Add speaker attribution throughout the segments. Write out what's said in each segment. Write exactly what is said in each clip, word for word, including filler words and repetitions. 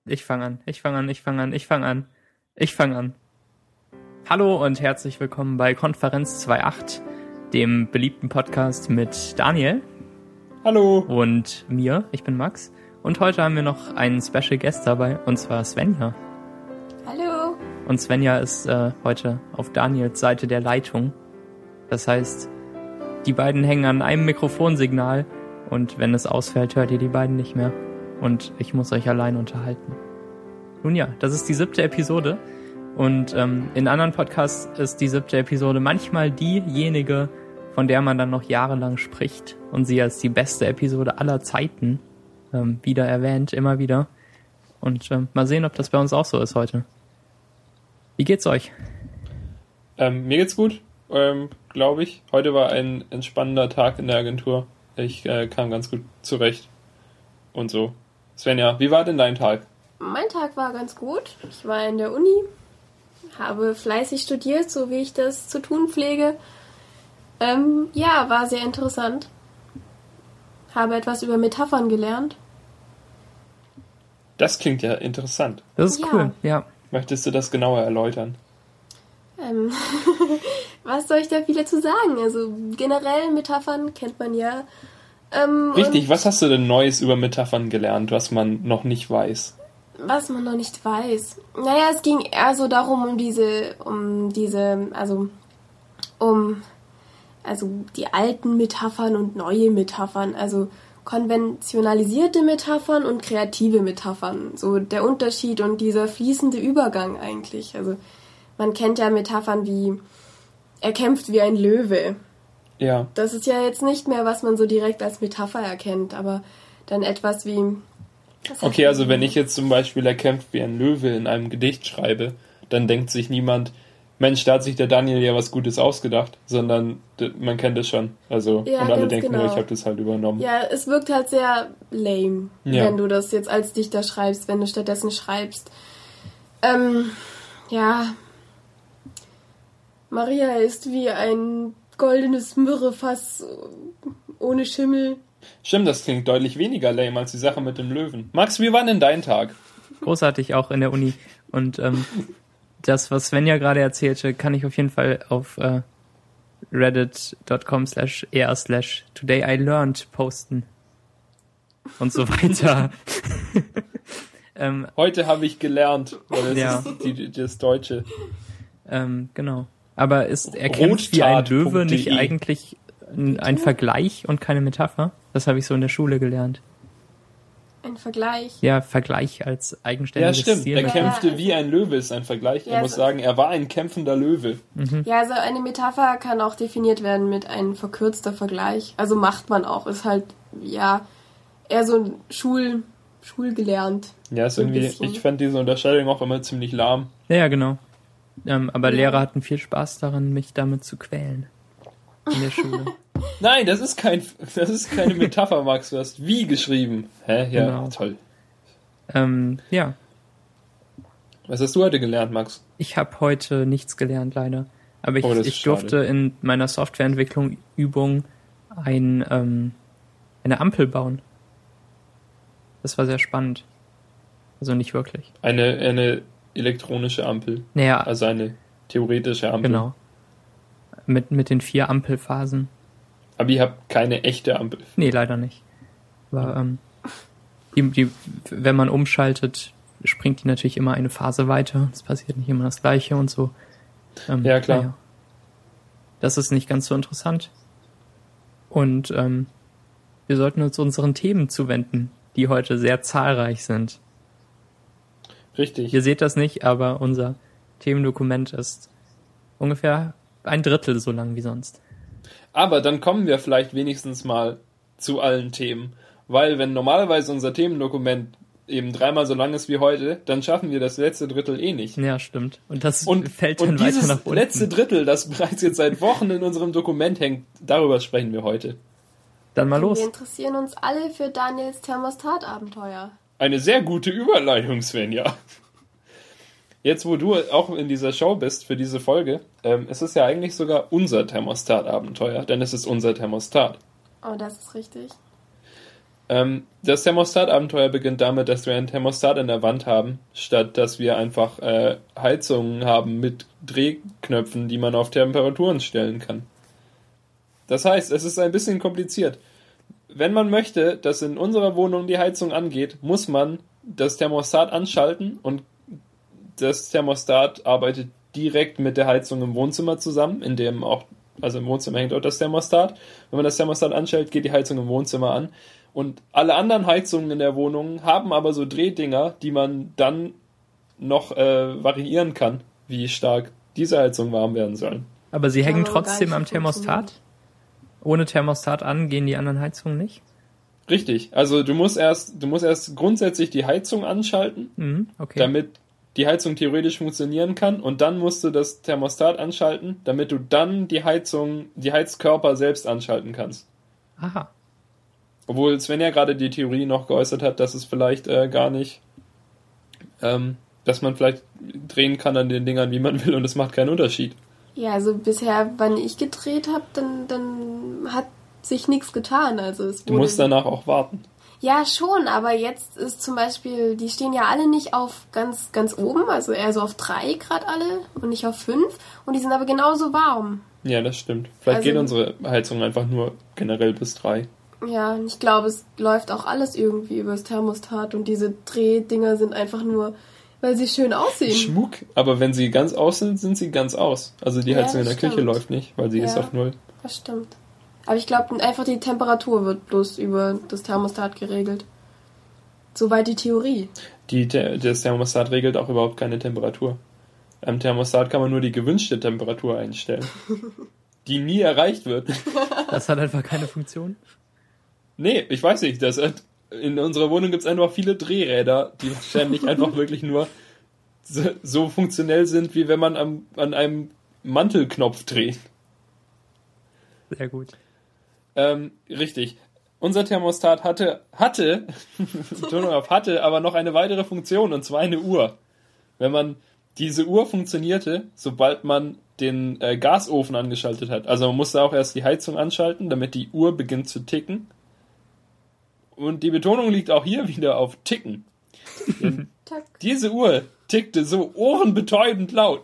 Speaker 1: Ich fange an, ich fange an, ich fange an, ich fange an, ich fange an. Hallo und herzlich willkommen bei Konferenz zwei Punkt acht, dem beliebten Podcast mit Daniel.
Speaker 2: Hallo.
Speaker 1: Und mir, ich bin Max. Und heute haben wir noch einen Special Guest dabei, und zwar Svenja.
Speaker 3: Hallo.
Speaker 1: Und Svenja ist äh, heute auf Daniels Seite der Leitung. Das heißt, die beiden hängen an einem Mikrofonsignal und wenn es ausfällt, hört ihr die beiden nicht mehr. Und ich muss euch allein unterhalten. Nun ja, das ist die siebte Episode. Und ähm, in anderen Podcasts ist die siebte Episode manchmal diejenige, von der man dann noch jahrelang spricht und sie als die beste Episode aller Zeiten ähm, wieder erwähnt, immer wieder. Und ähm, mal sehen, ob das bei uns auch so ist heute. Wie geht's euch?
Speaker 2: Ähm, mir geht's gut, ähm, glaube ich. Heute war ein entspannender Tag in der Agentur. Ich äh, kam ganz gut zurecht und so. Svenja, wie war denn dein Tag?
Speaker 3: Mein Tag war ganz gut. Ich war in der Uni, habe fleißig studiert, so wie ich das zu tun pflege. Ähm, ja, war sehr interessant. Habe etwas über Metaphern gelernt.
Speaker 2: Das klingt ja interessant.
Speaker 1: Das ist
Speaker 3: Ja.
Speaker 1: cool, ja.
Speaker 2: Möchtest du das genauer erläutern?
Speaker 3: Ähm, was soll ich da viel dazu sagen? Also generell Metaphern kennt man ja. Ähm,
Speaker 2: Richtig, was hast du denn Neues über Metaphern gelernt, was man noch nicht weiß?
Speaker 3: Was man noch nicht weiß. Naja, es ging eher so darum, um diese, um diese, also um also die alten Metaphern und neue Metaphern, also konventionalisierte Metaphern und kreative Metaphern. So der Unterschied und dieser fließende Übergang eigentlich. Also man kennt ja Metaphern wie er kämpft wie ein Löwe.
Speaker 2: Ja.
Speaker 3: Das ist ja jetzt nicht mehr, was man so direkt als Metapher erkennt, aber dann etwas wie...
Speaker 2: Okay, also wenn ich jetzt zum Beispiel er kämpft wie ein Löwe in einem Gedicht schreibe, dann denkt sich niemand, Mensch, da hat sich der Daniel ja was Gutes ausgedacht, sondern d- man kennt es schon. Also
Speaker 3: Ja,
Speaker 2: und alle
Speaker 3: ganz
Speaker 2: denken,
Speaker 3: genau.
Speaker 2: nur, ich habe das halt übernommen.
Speaker 3: Ja, es wirkt halt sehr lame,
Speaker 2: Ja.
Speaker 3: wenn du das jetzt als Dichter schreibst, wenn du stattdessen schreibst. Ähm, ja. Maria ist wie ein goldenes Myrrhefass ohne Schimmel.
Speaker 2: Stimmt, das klingt deutlich weniger lame als die Sache mit dem Löwen. Max, wie war denn dein Tag?
Speaker 1: Großartig auch in der Uni. Und ähm, das, was Svenja gerade erzählte, kann ich auf jeden Fall auf äh, reddit.com slash r slash today I learned posten. Und so weiter. ähm,
Speaker 2: Heute habe ich gelernt, weil das
Speaker 1: Ja.
Speaker 2: ist die, die, das Deutsche.
Speaker 1: ähm, genau. Aber ist er kämpft wie ein Löwe nicht
Speaker 2: Rottat.de.
Speaker 1: eigentlich ein, ein Vergleich und keine Metapher? Das habe ich so in der Schule gelernt.
Speaker 3: Ein Vergleich.
Speaker 1: Ja, Vergleich als
Speaker 2: Ja,
Speaker 1: eigenständiges
Speaker 2: stimmt.
Speaker 1: Ziel.
Speaker 2: Er
Speaker 3: Ja,
Speaker 2: kämpfte
Speaker 3: also-
Speaker 2: wie ein Löwe, ist ein Vergleich.
Speaker 3: Ja,
Speaker 2: Er muss
Speaker 3: so-
Speaker 2: sagen, er war ein kämpfender Löwe.
Speaker 3: Ja, also eine Metapher kann auch definiert werden mit einem verkürzter Vergleich. Also macht man auch. Ist halt, ja, eher so ein Schul, Schulgelernt.
Speaker 2: Ja, ist
Speaker 3: So ein
Speaker 2: irgendwie,
Speaker 3: bisschen.
Speaker 2: ich fand diese Unterscheidung auch immer ziemlich lahm.
Speaker 1: Ja, ja, genau. Ähm, aber
Speaker 3: Ja.
Speaker 1: Lehrer hatten viel Spaß daran, mich damit zu quälen. In der Schule.
Speaker 2: Nein, das ist kein, das ist keine Metapher, Max. Du hast wie geschrieben. Hä? Ja,
Speaker 1: Genau.
Speaker 2: toll.
Speaker 1: ähm, ja,
Speaker 2: Was hast du heute gelernt, Max?
Speaker 1: ich habe heute nichts gelernt, leider. Aber ich,
Speaker 2: Oh, das ist
Speaker 1: ich durfte
Speaker 2: schade.
Speaker 1: in meiner Softwareentwicklung Übung ein, ähm, eine Ampel bauen. Das war sehr spannend. Also nicht wirklich.
Speaker 2: Eine, eine elektronische Ampel.
Speaker 1: Naja,
Speaker 2: Also eine theoretische Ampel.
Speaker 1: genau. Mit, mit den vier Ampelphasen.
Speaker 2: Aber ihr habt keine echte Ampel.
Speaker 1: Nee, leider nicht. Aber ähm, die, die, wenn man umschaltet, springt die natürlich immer eine Phase weiter. Es passiert nicht immer das Gleiche und so. Ähm,
Speaker 2: Ja, klar.
Speaker 1: naja. Das ist nicht ganz so interessant. Und ähm, wir sollten uns unseren Themen zuwenden, die heute sehr zahlreich sind.
Speaker 2: Richtig.
Speaker 1: Ihr seht das nicht, aber unser Themendokument ist ungefähr ein Drittel so lang wie sonst.
Speaker 2: Aber dann kommen wir vielleicht wenigstens mal zu allen Themen. Weil wenn normalerweise unser Themendokument eben dreimal so lang ist wie heute, dann schaffen wir das letzte Drittel eh nicht.
Speaker 1: Ja, stimmt. Und das
Speaker 2: Und,
Speaker 1: fällt dann
Speaker 2: und
Speaker 1: weiter
Speaker 2: dieses
Speaker 1: nach unten.
Speaker 2: letzte Drittel, das bereits jetzt seit Wochen in unserem Dokument hängt, darüber sprechen wir heute.
Speaker 1: Dann mal los.
Speaker 3: Wir interessieren uns alle für Daniels Thermostat-Abenteuer.
Speaker 2: Eine sehr gute Überleitung, Svenja. Jetzt, wo du auch in dieser Show bist für diese Folge, ähm, es ist ja eigentlich sogar unser Thermostat-Abenteuer, denn es ist unser Thermostat.
Speaker 3: Oh, das ist richtig.
Speaker 2: Ähm, das Thermostat-Abenteuer beginnt damit, dass wir einen Thermostat in der Wand haben, statt dass wir einfach äh, Heizungen haben mit Drehknöpfen, die man auf Temperaturen stellen kann. Das heißt, es ist ein bisschen kompliziert. Wenn man möchte, dass in unserer Wohnung die Heizung angeht, muss man das Thermostat anschalten und das Thermostat arbeitet direkt mit der Heizung im Wohnzimmer zusammen, in dem auch, also im Wohnzimmer hängt auch das Thermostat. Wenn man das Thermostat anschaltet, geht die Heizung im Wohnzimmer an. Und alle anderen Heizungen in der Wohnung haben aber so Drehdinger, die man dann noch äh, variieren kann, wie stark diese Heizungen warm werden sollen.
Speaker 1: Aber sie hängen
Speaker 3: Ja, aber
Speaker 1: trotzdem
Speaker 3: gar
Speaker 1: am
Speaker 3: nicht
Speaker 1: Thermostat? Ohne Thermostat an gehen die anderen Heizungen nicht?
Speaker 2: Richtig, also du musst erst, du musst erst grundsätzlich die Heizung anschalten,
Speaker 1: Mhm, okay.
Speaker 2: damit die Heizung theoretisch funktionieren kann, und dann musst du das Thermostat anschalten, damit du dann die Heizung, die Heizkörper selbst anschalten kannst.
Speaker 1: Aha.
Speaker 2: Obwohl Sven ja gerade die Theorie noch geäußert hat, dass es vielleicht äh, gar nicht, ähm, dass man vielleicht drehen kann an den Dingern, wie man will, und es macht keinen Unterschied.
Speaker 3: Ja, also bisher, wenn ich gedreht habe, dann, dann hat sich nichts getan. Also es
Speaker 2: Du
Speaker 3: wurde
Speaker 2: musst danach auch warten.
Speaker 3: Ja, schon, aber jetzt ist zum Beispiel, die stehen ja alle nicht auf ganz, ganz oben, also eher so auf drei Grad alle und nicht auf fünf, und die sind aber genauso warm.
Speaker 2: Ja, das stimmt. Vielleicht
Speaker 3: Also-
Speaker 2: geht unsere Heizung einfach nur generell bis drei.
Speaker 3: Ja, und ich glaube, es läuft auch alles irgendwie übers Thermostat, und diese Drehdinger sind einfach nur, weil sie schön aussehen.
Speaker 2: Schmuck, aber wenn sie ganz aus sind, sind sie ganz aus. Also die
Speaker 3: Ja,
Speaker 2: Heizung in der
Speaker 3: das
Speaker 2: Küche
Speaker 3: stimmt.
Speaker 2: läuft nicht, weil sie
Speaker 3: Ja.
Speaker 2: ist auf null.
Speaker 3: Das stimmt. Aber ich glaube, einfach die Temperatur wird bloß über das Thermostat geregelt. Soweit die Theorie.
Speaker 2: Die, das Thermostat regelt auch überhaupt keine Temperatur. Am Thermostat kann man nur die gewünschte Temperatur einstellen, die nie erreicht wird.
Speaker 1: Das hat einfach keine Funktion.
Speaker 2: Nee, ich weiß nicht. Das hat, in unserer Wohnung gibt es einfach viele Drehräder, die wahrscheinlich einfach wirklich nur so, so funktionell sind, wie wenn man am, an einem Mantelknopf dreht.
Speaker 1: Sehr gut.
Speaker 2: Ähm, richtig. Unser Thermostat hatte, hatte, Betonung auf hatte, aber noch eine weitere Funktion, und zwar eine Uhr. Wenn man, diese Uhr funktionierte, sobald man den äh, Gasofen angeschaltet hat. Also man musste auch erst die Heizung anschalten, damit die Uhr beginnt zu ticken. Und die Betonung liegt auch hier wieder auf ticken. Denn
Speaker 3: Tack.
Speaker 2: diese Uhr tickte so ohrenbetäubend laut,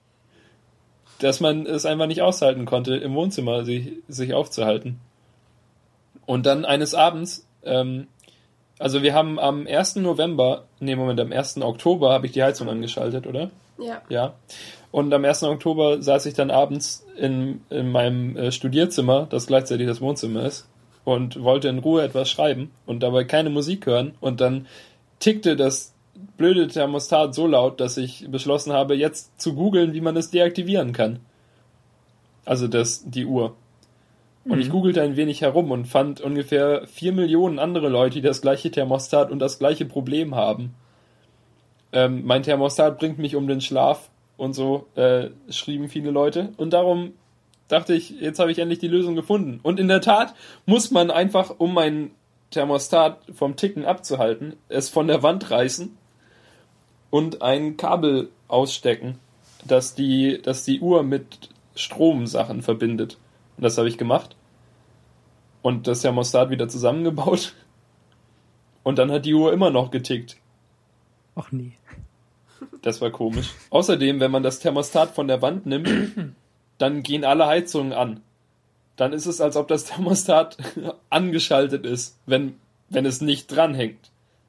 Speaker 2: dass man es einfach nicht aushalten konnte, im Wohnzimmer sich, sich aufzuhalten. Und dann eines Abends, ähm, also wir haben am ersten November, nee, Moment, am ersten Oktober habe ich die Heizung angeschaltet, oder?
Speaker 3: Ja.
Speaker 2: Ja. Und am ersten Oktober saß ich dann abends in, in meinem äh, Studierzimmer, das gleichzeitig das Wohnzimmer ist, und wollte in Ruhe etwas schreiben und dabei keine Musik hören. Und dann tickte das blöde Thermostat so laut, dass ich beschlossen habe, jetzt zu googeln, wie man es deaktivieren kann. Also das, die Uhr. Und
Speaker 1: Mhm.
Speaker 2: ich googelte ein wenig herum und fand ungefähr vier Millionen andere Leute, die das gleiche Thermostat und das gleiche Problem haben. Ähm, mein Thermostat bringt mich um den Schlaf und so, äh, schrieben viele Leute. Und darum dachte ich, jetzt habe ich endlich die Lösung gefunden. Und in der Tat muss man einfach, um mein Thermostat vom Ticken abzuhalten, es von der Wand reißen und ein Kabel ausstecken, das die, das die Uhr mit Stromsachen verbindet. Und das habe ich gemacht. Und das Thermostat wieder zusammengebaut. Und dann hat die Uhr immer noch getickt.
Speaker 1: Ach nee.
Speaker 2: Das war komisch. Außerdem, wenn man das Thermostat von der Wand nimmt, dann gehen alle Heizungen an. Dann ist es, als ob das Thermostat angeschaltet ist, wenn, wenn es nicht dranhängt.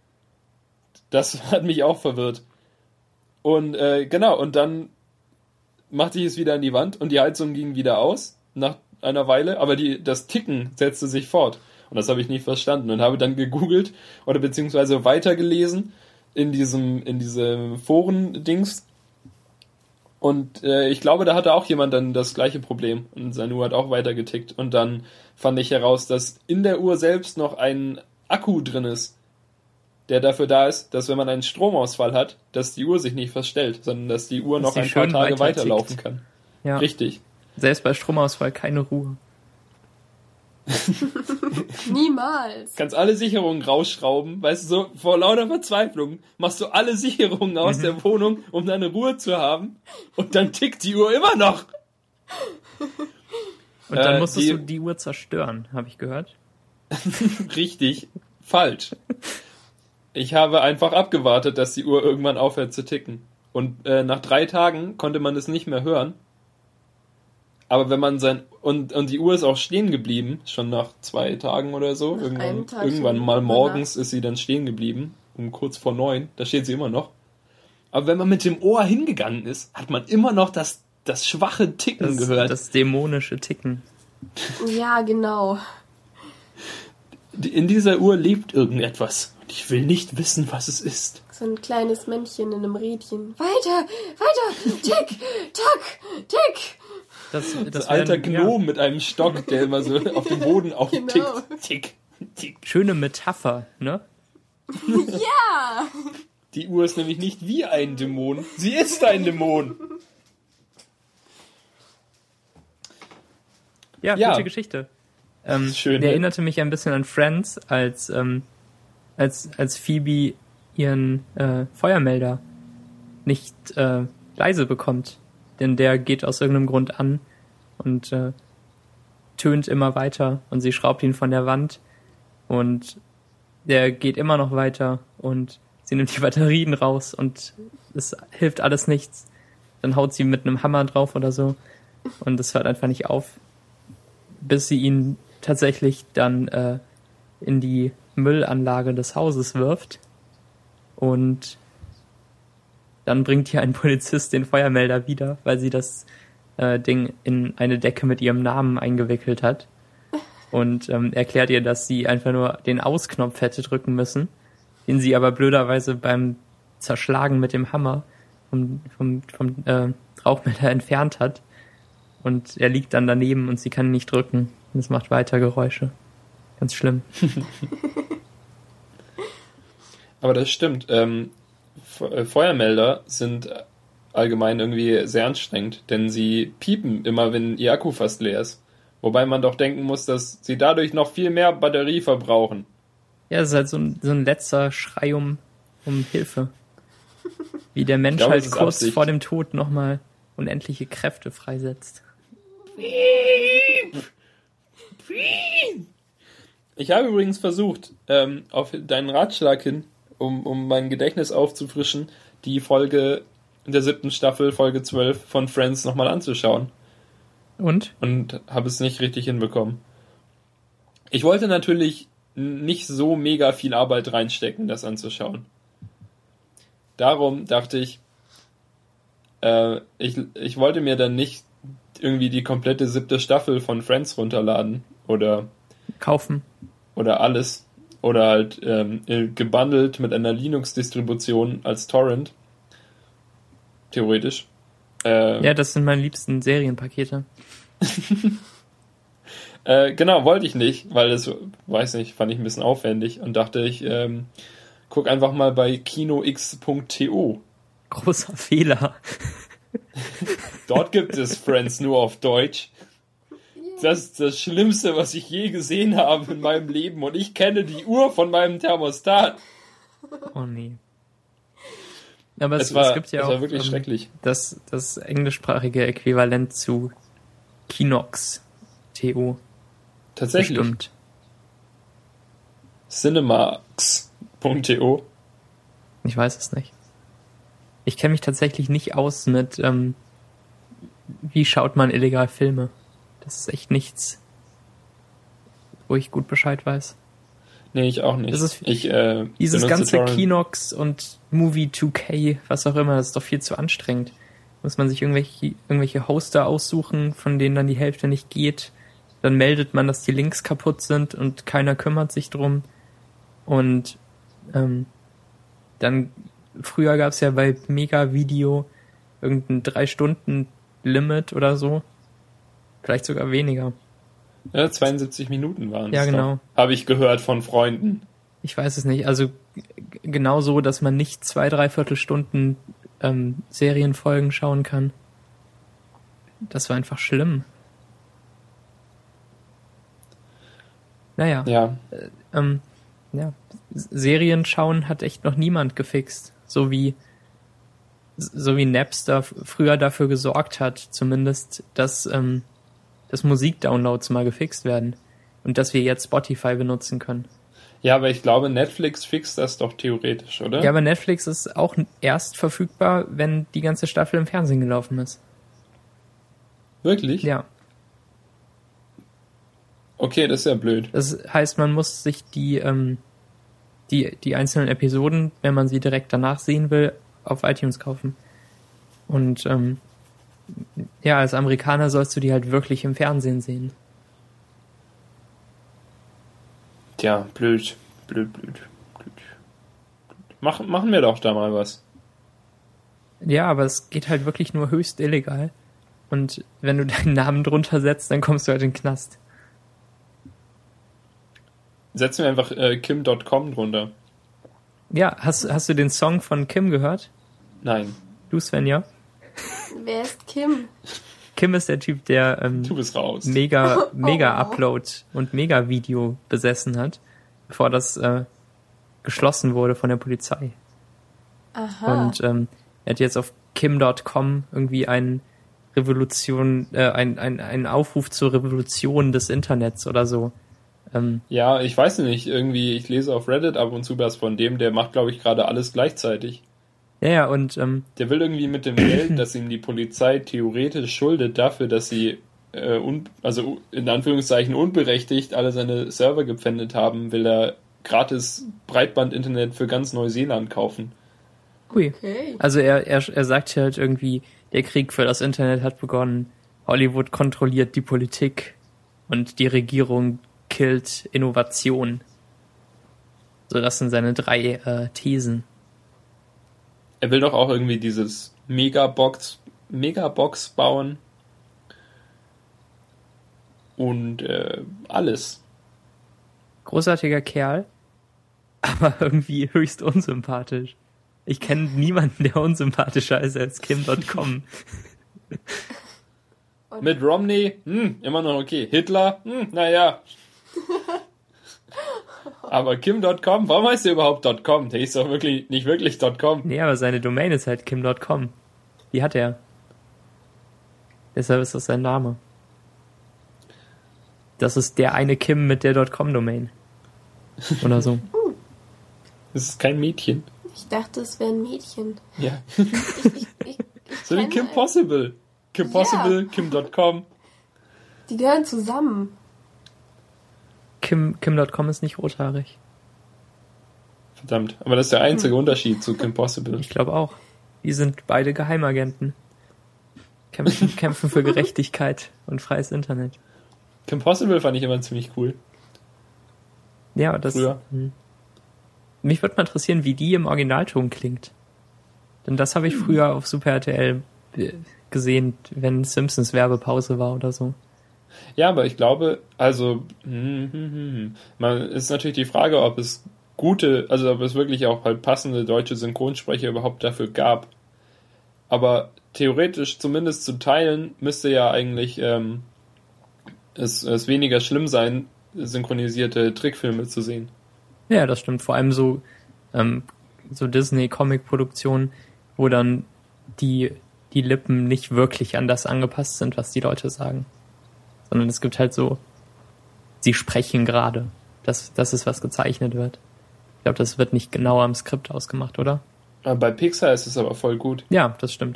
Speaker 2: Das hat mich auch verwirrt. Und äh, genau, und dann machte ich es wieder an die Wand und die Heizung ging wieder aus nach einer Weile, aber die, das Ticken setzte sich fort. Und das habe ich nicht verstanden und habe dann gegoogelt oder beziehungsweise weitergelesen in diesem, in diesem Foren-Dings. Und äh, ich glaube, da hatte auch jemand dann das gleiche Problem und seine Uhr hat auch weiter getickt. Und dann fand ich heraus, dass in der Uhr selbst noch ein Akku drin ist, der dafür da ist, dass wenn man einen Stromausfall hat, dass die Uhr sich nicht verstellt, sondern dass die Uhr
Speaker 1: Dass
Speaker 2: noch
Speaker 1: die
Speaker 2: ein paar
Speaker 1: schön
Speaker 2: Tage
Speaker 1: weiter
Speaker 2: weiterlaufen
Speaker 1: tickt.
Speaker 2: kann.
Speaker 1: Ja.
Speaker 2: Richtig.
Speaker 1: Selbst bei Stromausfall keine Ruhe.
Speaker 3: Niemals.
Speaker 2: Kannst alle Sicherungen rausschrauben, weißt du, so vor lauter Verzweiflung machst du alle Sicherungen aus
Speaker 1: Mhm.
Speaker 2: der Wohnung, um deine Ruhe zu haben und dann tickt die Uhr immer noch.
Speaker 1: Und dann
Speaker 2: Äh,
Speaker 1: musstest
Speaker 2: die-
Speaker 1: du die Uhr zerstören, habe ich gehört.
Speaker 2: Richtig. Falsch. Ich habe einfach abgewartet, dass die Uhr irgendwann aufhört zu ticken. Und äh, nach drei Tagen konnte man es nicht mehr hören. Aber wenn man sein... Und, und die Uhr ist auch stehen geblieben, schon nach zwei Tagen oder so.
Speaker 3: Nach
Speaker 2: Irgendwann,
Speaker 3: einem Tag
Speaker 2: irgendwann
Speaker 3: schon
Speaker 2: mal
Speaker 3: über
Speaker 2: morgens ist sie dann stehen geblieben. Um kurz vor neun. Da steht sie immer noch. Aber wenn man mit dem Ohr hingegangen ist, hat man immer noch das, das schwache Ticken
Speaker 1: Das,
Speaker 2: gehört.
Speaker 1: das dämonische Ticken.
Speaker 3: Ja, genau.
Speaker 2: In dieser Uhr lebt irgendetwas. Und ich will nicht wissen, was es ist.
Speaker 3: So ein kleines Männchen in einem Rädchen. Weiter, weiter, tick, tack, tick.
Speaker 1: Das, das
Speaker 2: Das alter
Speaker 1: wären,
Speaker 2: Gnom
Speaker 1: ja,
Speaker 2: mit einem Stock, der immer so auf dem Boden auftickt.
Speaker 3: Genau.
Speaker 2: Tick, tick.
Speaker 1: schöne Metapher, ne?
Speaker 3: Ja.
Speaker 2: Die Uhr ist nämlich nicht wie ein Dämon. Sie ist ein Dämon.
Speaker 1: Ja,
Speaker 2: Ja.
Speaker 1: gute Geschichte. Ähm,
Speaker 2: Schön,
Speaker 1: der
Speaker 2: ne?
Speaker 1: erinnerte mich ein bisschen an Friends, als, ähm, als, als Phoebe ihren äh, Feuermelder nicht äh, leise bekommt. Denn der geht aus irgendeinem Grund an und äh, tönt immer weiter und sie schraubt ihn von der Wand und der geht immer noch weiter und sie nimmt die Batterien raus und es hilft alles nichts. Dann haut sie mit einem Hammer drauf oder so und es hört einfach nicht auf, bis sie ihn tatsächlich dann äh, in die Müllanlage des Hauses wirft und dann bringt hier ein Polizist den Feuermelder wieder, weil sie das äh, Ding in eine Decke mit ihrem Namen eingewickelt hat und ähm, erklärt ihr, dass sie einfach nur den Ausknopf hätte drücken müssen, den sie aber blöderweise beim Zerschlagen mit dem Hammer vom, vom, vom äh, Rauchmelder entfernt hat. Und er liegt dann daneben und sie kann ihn nicht drücken. Und es macht weiter Geräusche. Ganz schlimm.
Speaker 2: Aber das stimmt. Ähm, Fe- Feuermelder sind allgemein irgendwie sehr anstrengend, denn sie piepen immer, wenn ihr Akku fast leer ist. Wobei man doch denken muss, dass sie dadurch noch viel mehr Batterie verbrauchen.
Speaker 1: Ja, es ist halt so ein, so ein letzter Schrei um, um Hilfe. Wie der Mensch
Speaker 2: Ich glaube, es
Speaker 1: halt
Speaker 2: ist
Speaker 1: kurz
Speaker 2: Absicht.
Speaker 1: vor dem Tod nochmal unendliche Kräfte freisetzt.
Speaker 2: Ich habe übrigens versucht, ähm, auf deinen Ratschlag hin, um, um mein Gedächtnis aufzufrischen, die Folge in der siebten Staffel, Folge zwölf von Friends nochmal anzuschauen.
Speaker 1: Und?
Speaker 2: Und habe es nicht richtig hinbekommen. Ich wollte natürlich nicht so mega viel Arbeit reinstecken, das anzuschauen. Darum dachte ich, äh, ich, ich wollte mir dann nicht irgendwie die komplette siebte Staffel von Friends runterladen oder
Speaker 1: Kaufen.
Speaker 2: oder alles oder halt ähm, gebundelt mit einer Linux-Distribution als Torrent. Theoretisch. Äh,
Speaker 1: Ja, das sind meine liebsten Serienpakete.
Speaker 2: Äh, genau, wollte ich nicht, weil das, weiß nicht, fand ich ein bisschen aufwendig und dachte ich, ähm, guck einfach mal bei kinox punkt to.
Speaker 1: Großer Fehler.
Speaker 2: Dort gibt es Friends nur auf Deutsch. Das ist das Schlimmste, was ich je gesehen habe in meinem Leben und ich kenne die Uhr von meinem Thermostat.
Speaker 1: Oh nee. Aber es,
Speaker 2: Es war,
Speaker 1: es gibt ja
Speaker 2: es
Speaker 1: auch
Speaker 2: war wirklich
Speaker 1: ähm,
Speaker 2: schrecklich.
Speaker 1: das, das englischsprachige Äquivalent zu Kinox To.
Speaker 2: Tatsächlich.
Speaker 1: Bestimmt.
Speaker 2: cinemax punkt to.
Speaker 1: Ich weiß es nicht. Ich kenne mich tatsächlich nicht aus mit, ähm, wie schaut man illegal Filme. Das ist echt nichts, wo ich gut Bescheid weiß.
Speaker 2: Nee, ich auch nicht.
Speaker 1: Das ist-
Speaker 2: ich, äh,
Speaker 1: Dieses
Speaker 2: benutze
Speaker 1: ganze
Speaker 2: Torrent.
Speaker 1: Kinox und Movie zwei K, was auch immer, das ist doch viel zu anstrengend. Muss man sich irgendwelche, irgendwelche Hoster aussuchen, von denen dann die Hälfte nicht geht. Dann meldet man, dass die Links kaputt sind und keiner kümmert sich drum. Und ähm, dann, früher gab es ja bei Mega Video irgendein drei Stunden Limit oder so. Vielleicht sogar weniger.
Speaker 2: Ja, zweiundsiebzig Minuten waren es.
Speaker 1: Ja, genau.
Speaker 2: Habe ich gehört von Freunden.
Speaker 1: Ich weiß es nicht. Also g- genau so, dass man nicht zwei, dreiviertel Stunden ähm, Serienfolgen schauen kann. Das war einfach schlimm. Naja,
Speaker 2: Ja,
Speaker 1: ähm, ja, S- Serien schauen hat echt noch niemand gefixt. So wie so wie Napster f- früher dafür gesorgt hat, zumindest, dass, ähm, dass Musikdownloads mal gefixt werden und dass wir jetzt Spotify benutzen können.
Speaker 2: Ja, aber ich glaube, Netflix fixt das doch theoretisch, oder?
Speaker 1: Ja, aber Netflix ist auch erst verfügbar, wenn die ganze Staffel im Fernsehen gelaufen ist.
Speaker 2: Wirklich?
Speaker 1: Ja.
Speaker 2: Okay, das ist ja blöd.
Speaker 1: Das heißt, man muss sich die, ähm, die, die einzelnen Episoden, wenn man sie direkt danach sehen will, auf iTunes kaufen. Und ähm, ja, als Amerikaner sollst du die halt wirklich im Fernsehen sehen.
Speaker 2: Tja, blöd, blöd, blöd, blöd. Mach, machen wir doch da mal was.
Speaker 1: Ja, aber es geht halt wirklich nur höchst illegal. Und wenn du deinen Namen drunter setzt, dann kommst du halt in den Knast.
Speaker 2: Setzen wir einfach äh, Kim Punkt com drunter.
Speaker 1: Ja, hast, hast du den Song von Kim gehört?
Speaker 2: Nein.
Speaker 1: Du, Svenja?
Speaker 3: Wer ist Kim?
Speaker 1: Kim ist der Typ, der ähm,
Speaker 2: Du bist raus.
Speaker 1: mega, mega
Speaker 3: Oh.
Speaker 1: Upload und mega Video besessen hat, bevor das äh, geschlossen wurde von der Polizei.
Speaker 3: Aha.
Speaker 1: Und ähm, er hat jetzt auf Kim Punkt com irgendwie einen Revolution, äh, ein, ein, einen Aufruf zur Revolution des Internets oder so. Ähm,
Speaker 2: Ja, ich weiß nicht, irgendwie, ich lese auf Reddit ab und zu was von dem, der macht, glaube ich, gerade alles gleichzeitig.
Speaker 1: ja, ja, und ähm,
Speaker 2: Der will irgendwie mit dem Geld, das ihm die Polizei theoretisch schuldet, dafür, dass sie, äh, un, also in Anführungszeichen unberechtigt alle seine Server gepfändet haben, will er gratis Breitband-Internet für ganz Neuseeland kaufen.
Speaker 1: hui.
Speaker 3: Okay.
Speaker 1: Also er, er, er sagt halt irgendwie, der Krieg für das Internet hat begonnen, Hollywood kontrolliert die Politik und die Regierung killt Innovation. So, das sind seine drei äh, Thesen.
Speaker 2: Er will doch auch irgendwie dieses Megabox, Megabox bauen. Und äh, alles.
Speaker 1: Großartiger Kerl, aber irgendwie höchst unsympathisch. Ich kenne niemanden, der unsympathischer ist als Kim Punkt com.
Speaker 2: Mit Romney, hm, immer noch okay. Hitler, hm, naja. Aber Kim Punkt com, warum heißt der überhaupt .com? Der ist doch wirklich nicht wirklich .com.
Speaker 1: Nee, aber seine Domain ist halt Kim Punkt com. Die hat er. Deshalb ist das sein Name. Das ist der eine Kim mit der .com-Domain. Oder so.
Speaker 2: Das ist kein Mädchen.
Speaker 3: Ich dachte, es wäre ein Mädchen.
Speaker 2: Ja.
Speaker 3: Ich, ich, ich, ich
Speaker 2: So wie
Speaker 3: kenn
Speaker 2: Kim
Speaker 3: ein-
Speaker 2: Possible. Kim
Speaker 3: Ja.
Speaker 2: Possible, Kim Punkt com.
Speaker 3: Die gehören zusammen.
Speaker 1: Kim, Kim Punkt com ist nicht rothaarig.
Speaker 2: Verdammt, aber das ist der einzige Unterschied zu Kim Possible.
Speaker 1: Ich glaube auch. Die sind beide Geheimagenten. Kämpfen, kämpfen für Gerechtigkeit und freies Internet.
Speaker 2: Kim Possible fand ich immer ziemlich cool.
Speaker 1: Ja, das.
Speaker 2: Früher.
Speaker 1: Hm. Mich würde mal interessieren, wie die im Originalton klingt. Denn das habe ich früher auf Super R T L gesehen, wenn Simpsons Werbepause war oder so.
Speaker 2: Ja, aber ich glaube, also, hm, hm, hm, hm. man ist natürlich die Frage, ob es gute, also ob es wirklich auch halt passende deutsche Synchronsprecher überhaupt dafür gab. Aber theoretisch zumindest zu teilen müsste ja eigentlich ähm, es, es weniger schlimm sein, synchronisierte Trickfilme zu sehen.
Speaker 1: Ja, das stimmt. Vor allem so, ähm, so Disney-Comic-Produktionen, wo dann die, die Lippen nicht wirklich an das angepasst sind, was die Leute sagen. Sondern es gibt halt so, sie sprechen gerade. Das, das ist, was gezeichnet wird. Ich glaube, das wird nicht genau am Skript ausgemacht, oder?
Speaker 2: Aber bei Pixar ist es aber voll gut.
Speaker 1: Ja, das stimmt.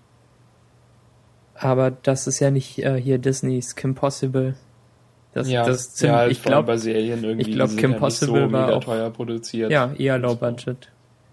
Speaker 1: Aber das ist ja nicht äh, hier Disneys Kim Possible. Das,
Speaker 2: ja,
Speaker 1: das ist ziemlich,
Speaker 2: ja halt
Speaker 1: ich
Speaker 2: vor allem
Speaker 1: glaube,
Speaker 2: bei Serien irgendwie,
Speaker 1: ich glaub,
Speaker 2: die sind
Speaker 1: Kim
Speaker 2: ja nicht
Speaker 1: Possible
Speaker 2: so
Speaker 1: war
Speaker 2: mega
Speaker 1: auch-
Speaker 2: teuer produziert.
Speaker 1: ja, eher low budget.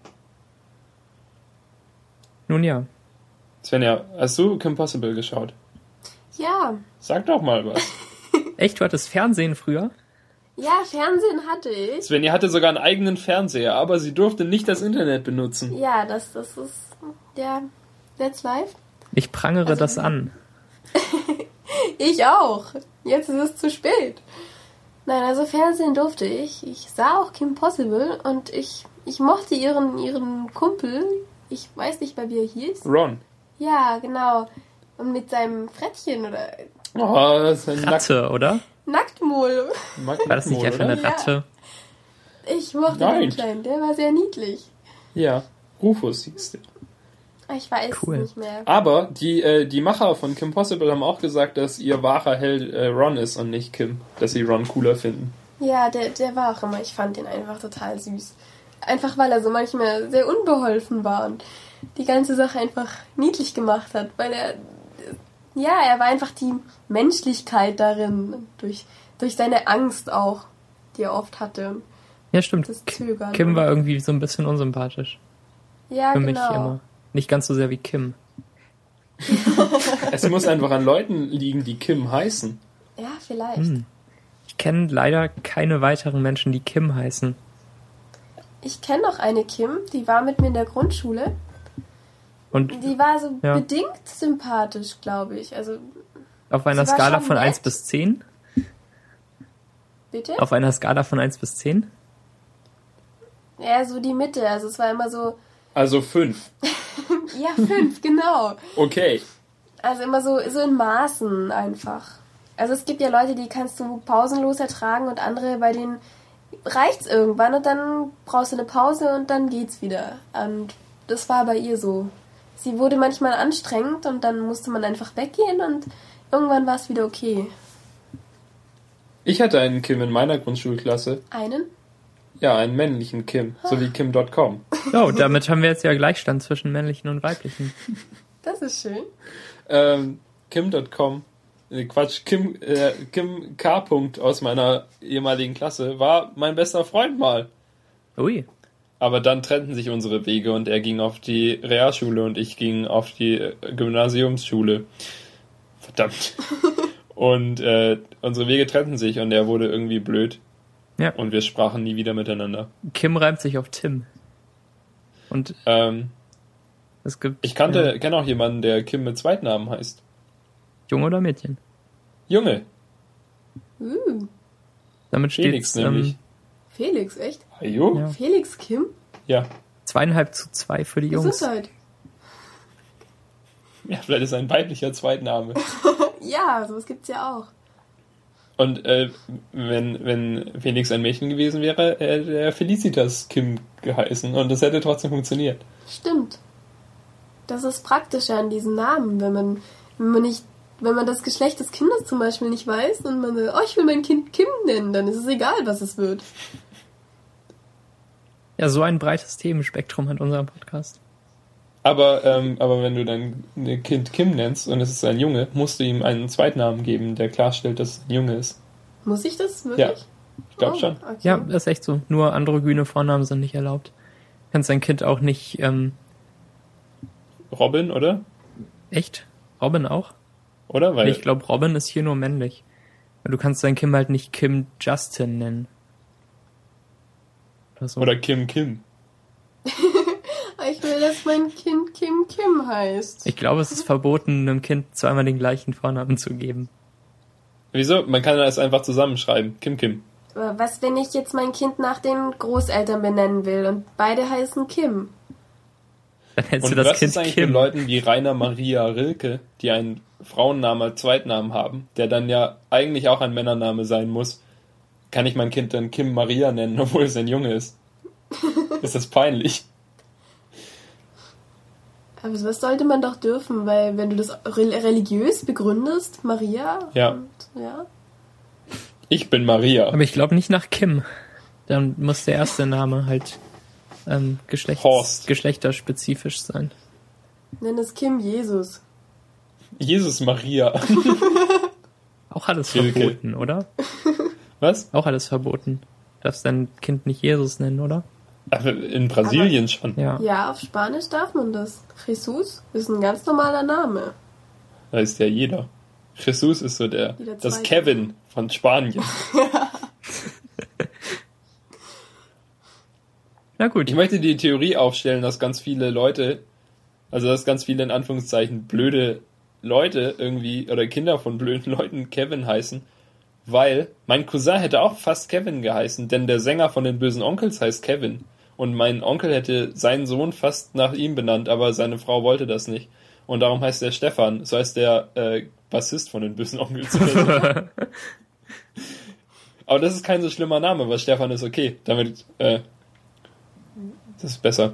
Speaker 1: Nun ja.
Speaker 2: Svenja, hast du Kim Possible geschaut?
Speaker 3: Ja.
Speaker 2: Sag doch mal was.
Speaker 1: Echt, du hattest Fernsehen früher?
Speaker 3: Ja, Fernsehen hatte ich.
Speaker 2: Svenja hatte sogar einen eigenen Fernseher, aber sie durfte nicht das Internet benutzen.
Speaker 3: Ja, das, das ist, ja, that's life.
Speaker 1: Ich prangere
Speaker 3: Also-
Speaker 1: das an.
Speaker 3: Ich auch. Jetzt ist es zu spät. Nein, also Fernsehen durfte ich. Ich sah auch Kim Possible und ich, ich mochte ihren, ihren Kumpel. Ich weiß nicht mal, wie er hieß.
Speaker 2: Ron.
Speaker 3: Ja, genau. Und mit seinem Frettchen oder
Speaker 2: Oh, das ist ein
Speaker 1: Ratte, oder?
Speaker 3: Nacktmull.
Speaker 2: Nackt-
Speaker 1: War das nicht einfach eine
Speaker 3: Ja.
Speaker 1: Ratte?
Speaker 3: Ich mochte
Speaker 2: Nein.
Speaker 3: den Kleinen, der war sehr niedlich.
Speaker 2: Ja, Rufus hieß der.
Speaker 3: Ich weiß
Speaker 1: Cool.
Speaker 3: es nicht mehr.
Speaker 2: Aber die, äh, die Macher von Kim Possible haben auch gesagt, dass ihr wahrer Held äh, Ron ist und nicht Kim. Dass sie Ron cooler finden.
Speaker 3: Ja, der, der war auch immer, ich fand den einfach total süß. Einfach weil er so manchmal sehr unbeholfen war und die ganze Sache einfach niedlich gemacht hat, weil er, ja, er war einfach die Menschlichkeit darin, durch, durch seine Angst auch, die er oft hatte.
Speaker 1: Ja, stimmt.
Speaker 3: Das Zögern.
Speaker 1: Kim war irgendwie so ein bisschen unsympathisch.
Speaker 3: Ja,
Speaker 1: Für
Speaker 3: genau.
Speaker 1: mich immer. Nicht ganz so sehr wie Kim.
Speaker 2: Es muss einfach an Leuten liegen, die Kim heißen.
Speaker 3: Ja, vielleicht.
Speaker 1: Hm. Ich kenne leider keine weiteren Menschen, die Kim heißen.
Speaker 3: Ich kenne noch eine Kim, die war mit mir in der Grundschule.
Speaker 1: Und
Speaker 3: Die war so
Speaker 1: Ja.
Speaker 3: bedingt sympathisch, glaube ich. Also,
Speaker 1: auf einer
Speaker 3: sie war
Speaker 1: Skala
Speaker 3: schon
Speaker 1: von
Speaker 3: nett.
Speaker 1: eins bis zehn?
Speaker 3: bitte?
Speaker 1: Auf einer Skala von eins bis zehn?
Speaker 3: Ja, so die Mitte. Also es war immer so,
Speaker 2: Also fünf.
Speaker 3: ja, fünf, genau.
Speaker 2: Okay.
Speaker 3: Also immer so, so in Maßen einfach. Also es gibt ja Leute, die kannst du pausenlos ertragen und andere, bei denen reicht's irgendwann und dann brauchst du eine Pause und dann geht's wieder. Und das war bei ihr so. Sie wurde manchmal anstrengend und dann musste man einfach weggehen und irgendwann war es wieder okay.
Speaker 2: Ich hatte einen Kim in meiner Grundschulklasse.
Speaker 3: Einen?
Speaker 2: Ja, einen männlichen Kim, so wie Kim Punkt com.
Speaker 1: Oh, damit haben wir jetzt ja Gleichstand zwischen männlichen und weiblichen.
Speaker 3: Das ist schön.
Speaker 2: Ähm, Kim Punkt com, äh, Quatsch, Kim, äh, Kim K. aus meiner ehemaligen Klasse war mein bester Freund mal.
Speaker 1: Ui.
Speaker 2: Aber dann trennten sich unsere Wege und er ging auf die Realschule und ich ging auf die äh, Gymnasiumsschule. Verdammt. Und äh, unsere Wege trennten sich und er wurde irgendwie blöd.
Speaker 1: Ja.
Speaker 2: Und wir sprachen nie wieder miteinander.
Speaker 1: Kim reimt sich auf Tim. Und
Speaker 2: Ähm,
Speaker 1: es gibt...
Speaker 2: ich kannte,
Speaker 1: ja,
Speaker 2: kenne auch jemanden, der Kim mit Zweitnamen heißt.
Speaker 1: Junge oder Mädchen?
Speaker 2: Junge.
Speaker 3: Uh,
Speaker 1: Damit
Speaker 2: Felix
Speaker 1: steht
Speaker 2: nämlich.
Speaker 1: ähm,
Speaker 3: Felix, echt?
Speaker 2: Ajo?
Speaker 1: Ja.
Speaker 3: Felix Kim?
Speaker 2: Ja.
Speaker 1: zweieinhalb zu zwei für die Jungs.
Speaker 3: Gesundheit.
Speaker 2: Ja, vielleicht ist ein weiblicher Zweitname.
Speaker 3: Ja, sowas gibt's ja auch.
Speaker 2: Und äh, wenn, wenn Felix ein Mädchen gewesen wäre, hätte er Felicitas Kim geheißen und das hätte trotzdem funktioniert.
Speaker 3: Stimmt. Das ist praktischer an diesen Namen, wenn man, wenn man nicht, wenn man das Geschlecht des Kindes zum Beispiel nicht weiß und man sagt, oh, ich will mein Kind Kim nennen, dann ist es egal, was es wird.
Speaker 1: Ja, so ein breites Themenspektrum hat unser Podcast.
Speaker 2: Aber, ähm, aber wenn du dein Kind Kim nennst und es ist ein Junge, musst du ihm einen Zweitnamen geben, der klarstellt, dass es ein Junge ist.
Speaker 3: Muss ich das wirklich?
Speaker 2: Ja, ich glaube
Speaker 3: Oh,
Speaker 2: schon.
Speaker 3: okay.
Speaker 1: Ja, ist echt so. Nur androgyne Vornamen sind nicht erlaubt. Du kannst dein Kind auch nicht, ähm,
Speaker 2: Robin, oder?
Speaker 1: echt? Robin auch?
Speaker 2: Oder? Weil
Speaker 1: Ich glaube, Robin ist hier nur männlich. Du kannst dein Kind halt nicht Kim Justin nennen. Oder so.
Speaker 2: Oder Kim Kim.
Speaker 3: Ich will, dass mein Kind Kim Kim heißt.
Speaker 1: Ich glaube, es ist verboten, einem Kind zweimal den gleichen Vornamen zu geben.
Speaker 2: Wieso? Man kann das einfach zusammenschreiben. Kim Kim.
Speaker 3: Aber was, wenn ich jetzt mein Kind nach den Großeltern benennen will und beide heißen Kim?
Speaker 1: Dann nennst
Speaker 2: Und
Speaker 1: du das
Speaker 2: was
Speaker 1: Kind
Speaker 2: ist eigentlich
Speaker 1: Kim.
Speaker 2: mit Leuten wie Rainer Maria Rilke, die einen Frauennamen als Zweitnamen haben, der dann ja eigentlich auch ein Männername sein muss? Kann ich mein Kind dann Kim Maria nennen, obwohl es ein Junge ist? Ist das peinlich?
Speaker 3: Aber das sollte man doch dürfen, weil wenn du das re- religiös begründest, Maria,
Speaker 2: Ja.
Speaker 3: und, ja.
Speaker 2: Ich bin Maria.
Speaker 1: Aber ich glaube nicht nach Kim. Dann muss der erste Name halt ähm, geschlechts-
Speaker 2: Horst.
Speaker 1: geschlechterspezifisch sein.
Speaker 3: Nenn es Kim Jesus.
Speaker 2: Jesus Maria.
Speaker 1: Auch alles
Speaker 2: Rilke.
Speaker 1: verboten, oder?
Speaker 2: Was?
Speaker 1: Auch alles verboten. Du darfst dein Kind nicht Jesus nennen, oder?
Speaker 2: Ach, in Brasilien schon.
Speaker 1: Ja.
Speaker 3: Ja, auf Spanisch darf man das. Jesus ist ein ganz normaler Name.
Speaker 2: Da ist ja jeder. Jesus ist so der,
Speaker 3: Jeder
Speaker 2: das
Speaker 3: Zweite.
Speaker 2: Kevin von Spanien.
Speaker 1: Na gut.
Speaker 2: Ich möchte die Theorie aufstellen, dass ganz viele Leute, also dass ganz viele in Anführungszeichen blöde Leute irgendwie, oder Kinder von blöden Leuten Kevin heißen, weil mein Cousin hätte auch fast Kevin geheißen, denn der Sänger von den Bösen Onkels heißt Kevin. Und mein Onkel hätte seinen Sohn fast nach ihm benannt, aber seine Frau wollte das nicht. Und darum heißt er Stefan, so heißt der äh, Bassist von den Bösen Onkels. Oder so. Aber das ist kein so schlimmer Name, weil Stefan ist okay. Damit, äh, das ist besser.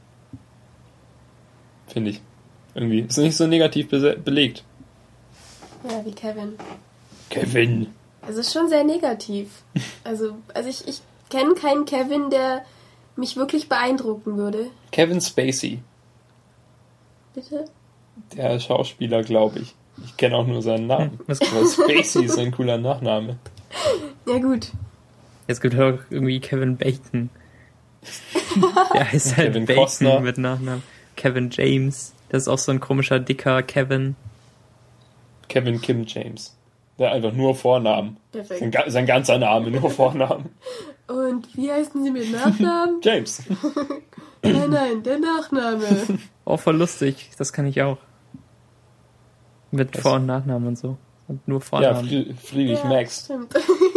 Speaker 2: Finde ich. Irgendwie. Ist nicht so negativ bese- belegt.
Speaker 3: Ja, wie Kevin.
Speaker 2: Kevin.
Speaker 3: Es ist schon sehr negativ. Also, also ich, ich kenne keinen Kevin, der mich wirklich beeindrucken würde.
Speaker 2: Kevin Spacey.
Speaker 3: Bitte?
Speaker 2: Der Schauspieler, glaube ich. Ich kenne auch nur seinen Namen.
Speaker 1: Was-
Speaker 2: Aber Spacey ist ein cooler Nachname.
Speaker 3: Ja gut.
Speaker 1: Es gibt auch irgendwie Kevin Bacon. Der heißt halt
Speaker 2: Kevin
Speaker 1: Bacon
Speaker 2: Costner.
Speaker 1: mit Nachnamen. Kevin James. Das ist auch so ein komischer, dicker Kevin.
Speaker 2: Kevin Kim James. Der einfach nur Vornamen. Sein,
Speaker 3: Perfekt.
Speaker 2: ga- sein ganzer Name, nur Vornamen.
Speaker 3: Und wie heißen Sie mit Nachnamen?
Speaker 2: James.
Speaker 3: Nein, nein, der Nachname.
Speaker 1: Oh, voll lustig. Das kann ich auch. Mit
Speaker 2: Was?
Speaker 1: Vor- und Nachnamen und so. Und nur
Speaker 2: Ja,
Speaker 1: Vornamen.
Speaker 2: Fri- Friedrich
Speaker 3: Ja,
Speaker 2: Max.
Speaker 3: stimmt.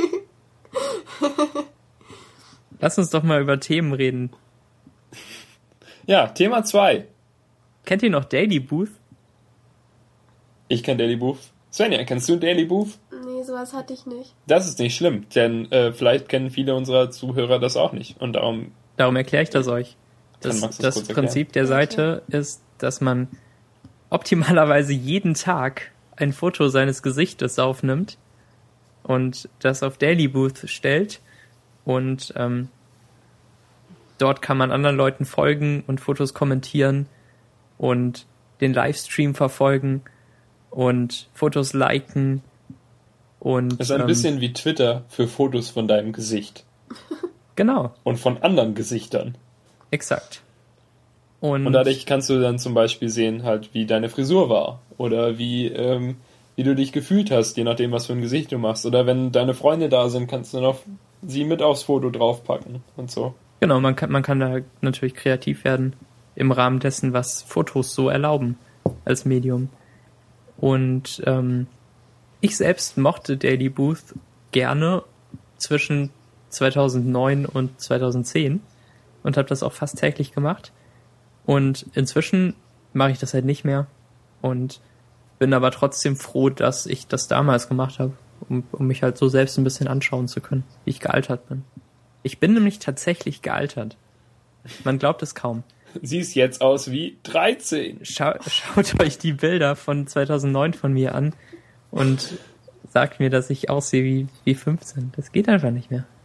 Speaker 1: Lass uns doch mal über Themen reden.
Speaker 2: Ja, Thema zwei.
Speaker 1: Kennt ihr noch Daily Booth?
Speaker 2: Ich kenne Daily Booth. Svenja, kennst du Daily Booth?
Speaker 3: Nee, sowas hatte ich nicht.
Speaker 2: Das ist nicht schlimm, denn äh, vielleicht kennen viele unserer Zuhörer das auch nicht. Und darum,
Speaker 1: Darum erkläre ich das euch.
Speaker 2: Kann
Speaker 1: Das,
Speaker 2: Max das
Speaker 1: das
Speaker 2: kurz erklären?
Speaker 1: Prinzip der Seite ist, dass man optimalerweise jeden Tag ein Foto seines Gesichtes aufnimmt und das auf Daily Booth stellt. Und ähm, dort kann man anderen Leuten folgen und Fotos kommentieren und den Livestream verfolgen und Fotos liken. Und
Speaker 2: das ist ein
Speaker 1: ähm,
Speaker 2: bisschen wie Twitter für Fotos von deinem Gesicht.
Speaker 1: genau,
Speaker 2: Und von anderen Gesichtern.
Speaker 1: exakt. Und,
Speaker 2: Und dadurch kannst du dann zum Beispiel sehen, halt, wie deine Frisur war. Oder wie, ähm, wie du dich gefühlt hast, je nachdem, was für ein Gesicht du machst. Oder wenn deine Freunde da sind, kannst du noch sie mit aufs Foto draufpacken und so.
Speaker 1: Genau, man kann, man kann da natürlich kreativ werden im Rahmen dessen, was Fotos so erlauben als Medium. Und ähm, ich selbst mochte Daily Booth gerne zwischen zweitausendneun und zweitausendzehn und habe das auch fast täglich gemacht. Und inzwischen mache ich das halt nicht mehr und bin aber trotzdem froh, dass ich das damals gemacht habe, um, um mich halt so selbst ein bisschen anschauen zu können, wie ich gealtert bin. Ich bin nämlich tatsächlich gealtert. Man glaubt es kaum.
Speaker 2: Siehst jetzt aus wie dreizehn.
Speaker 1: Schau, schaut euch die Bilder von zweitausendneun von mir an und sagt mir, dass ich aussehe wie, wie fünfzehn. Das geht einfach nicht mehr.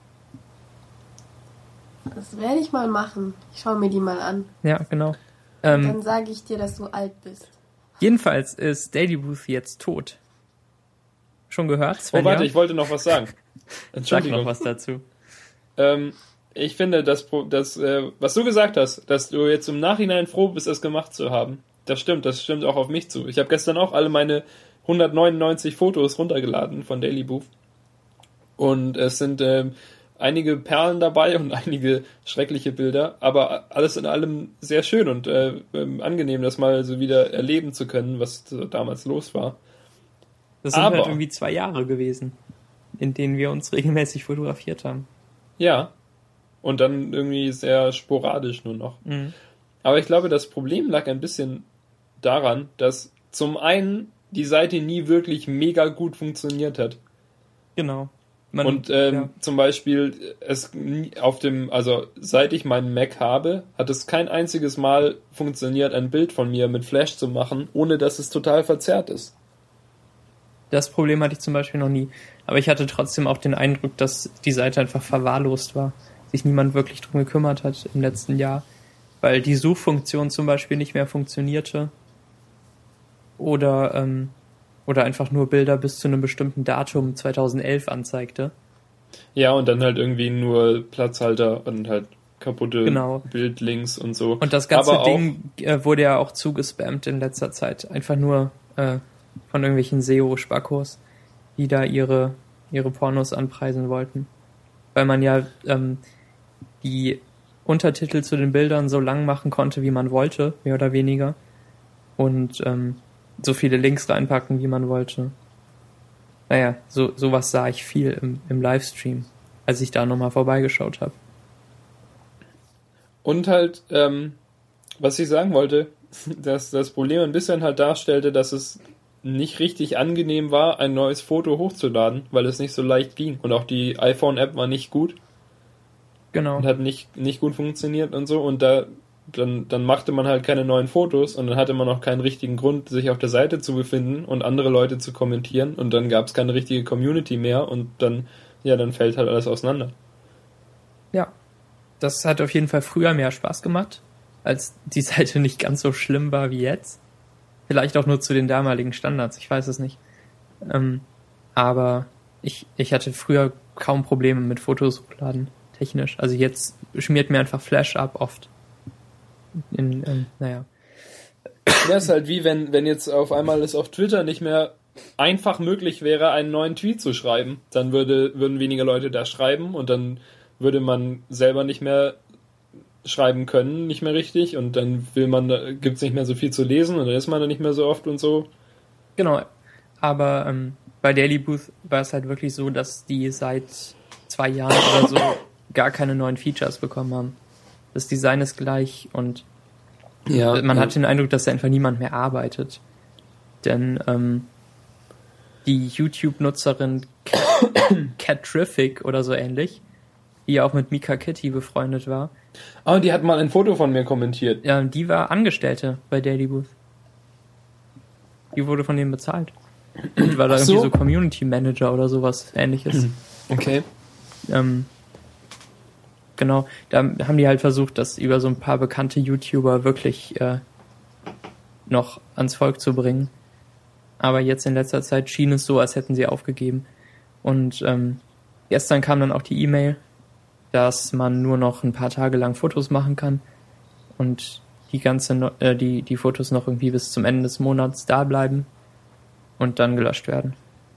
Speaker 3: Das werde ich mal machen. Ich schaue mir die mal an.
Speaker 1: Ja, genau.
Speaker 3: Und
Speaker 1: Ähm,
Speaker 3: dann sage ich dir, dass du alt bist.
Speaker 1: jedenfalls ist Daily Booth jetzt tot. Schon gehört?
Speaker 2: Oh,
Speaker 1: Svenja?
Speaker 2: warte, ich wollte noch was sagen.
Speaker 1: Sag
Speaker 2: Entschuldigung.
Speaker 1: noch was dazu.
Speaker 2: Ähm, ich finde, dass, Pro- dass äh, was du gesagt hast, dass du jetzt im Nachhinein froh bist, das gemacht zu haben, das stimmt, das stimmt auch auf mich zu. Ich habe gestern auch alle meine hundertneunundneunzig Fotos runtergeladen von Daily Booth. Und es sind ähm, einige Perlen dabei und einige schreckliche Bilder, aber alles in allem sehr schön und äh, ähm, angenehm, das mal so wieder erleben zu können, was so damals los war.
Speaker 1: Das sind
Speaker 2: Aber-
Speaker 1: halt irgendwie zwei Jahre gewesen, in denen wir uns regelmäßig fotografiert haben.
Speaker 2: Ja. Und dann irgendwie sehr sporadisch nur noch.
Speaker 1: Mhm.
Speaker 2: Aber ich glaube, das Problem lag ein bisschen daran, dass zum einen die Seite nie wirklich mega gut funktioniert hat.
Speaker 1: Genau. Man,
Speaker 2: Und ähm,
Speaker 1: ja.
Speaker 2: zum Beispiel es nie auf dem, also seit ich meinen Mac habe, hat es kein einziges Mal funktioniert, ein Bild von mir mit Flash zu machen, ohne dass es total verzerrt ist.
Speaker 1: Das Problem hatte ich zum Beispiel noch nie. Aber ich hatte trotzdem auch den Eindruck, dass die Seite einfach verwahrlost war. Sich niemand wirklich drum gekümmert hat im letzten Jahr. Weil die Suchfunktion zum Beispiel nicht mehr funktionierte. Oder, ähm, oder einfach nur Bilder bis zu einem bestimmten Datum zweitausendelf anzeigte.
Speaker 2: Ja, und dann halt irgendwie nur Platzhalter und halt kaputte
Speaker 1: Genau.
Speaker 2: Bildlinks und so.
Speaker 1: Und das ganze
Speaker 2: Aber auch-
Speaker 1: Ding äh, wurde ja auch zugespammt in letzter Zeit. Einfach nur äh, von irgendwelchen S E O-Spackos, die da ihre, ihre Pornos anpreisen wollten. Weil man ja ähm, die Untertitel zu den Bildern so lang machen konnte, wie man wollte, mehr oder weniger. Und ähm, so viele Links reinpacken, wie man wollte. Naja, so sowas sah ich viel im, im Livestream, als ich da nochmal vorbeigeschaut habe.
Speaker 2: Und halt, ähm, was ich sagen wollte, dass das Problem ein bisschen halt darstellte, dass es nicht richtig angenehm war, ein neues Foto hochzuladen, weil es nicht so leicht ging. Und auch die iPhone-App war nicht gut
Speaker 1: Genau.
Speaker 2: und hat nicht, nicht gut funktioniert und so. Und da dann, dann machte man halt keine neuen Fotos und dann hatte man auch keinen richtigen Grund, sich auf der Seite zu befinden und andere Leute zu kommentieren und dann gab es keine richtige Community mehr und dann, ja, dann fällt halt alles auseinander.
Speaker 1: Ja, das hat auf jeden Fall früher mehr Spaß gemacht, als die Seite nicht ganz so schlimm war wie jetzt. Vielleicht auch nur zu den damaligen Standards, ich weiß es nicht. Ähm, aber ich, ich hatte früher kaum Probleme mit Fotos hochladen, technisch. Also jetzt schmiert mir einfach Flash ab, oft. In, ähm, naja.
Speaker 2: Ja, ist halt wie wenn, wenn jetzt auf einmal es auf Twitter nicht mehr einfach möglich wäre, einen neuen Tweet zu schreiben. Dann würde, würden weniger Leute da schreiben und dann würde man selber nicht mehr schreiben können, nicht mehr richtig und dann will man, gibt's nicht mehr so viel zu lesen und dann ist man da nicht mehr so oft und so.
Speaker 1: Genau, aber ähm, bei Daily Booth war es halt wirklich so, dass die seit zwei Jahren oder so gar keine neuen Features bekommen haben. Das Design ist gleich und
Speaker 2: ja,
Speaker 1: man
Speaker 2: ja.
Speaker 1: hat den Eindruck, dass da einfach niemand mehr arbeitet. Denn ähm, die YouTube-Nutzerin Catrific oder so ähnlich, die ja auch mit Mika Kitty befreundet war.
Speaker 2: Ah, und die hat mal ein Foto von mir kommentiert.
Speaker 1: Ja, die war Angestellte bei Daily Booth. Die wurde von denen bezahlt. Und war da
Speaker 2: Ach
Speaker 1: irgendwie
Speaker 2: so?
Speaker 1: so Community Manager oder sowas ähnliches.
Speaker 2: Okay.
Speaker 1: Ähm, genau, da haben die halt versucht, das über so ein paar bekannte YouTuber wirklich äh, noch ans Volk zu bringen. Aber jetzt in letzter Zeit schien es so, als hätten sie aufgegeben. Und ähm, gestern kam dann auch die E-Mail, dass man nur noch ein paar Tage lang Fotos machen kann und die ganze no- äh, die die Fotos noch irgendwie bis zum Ende des Monats da bleiben und dann gelöscht werden.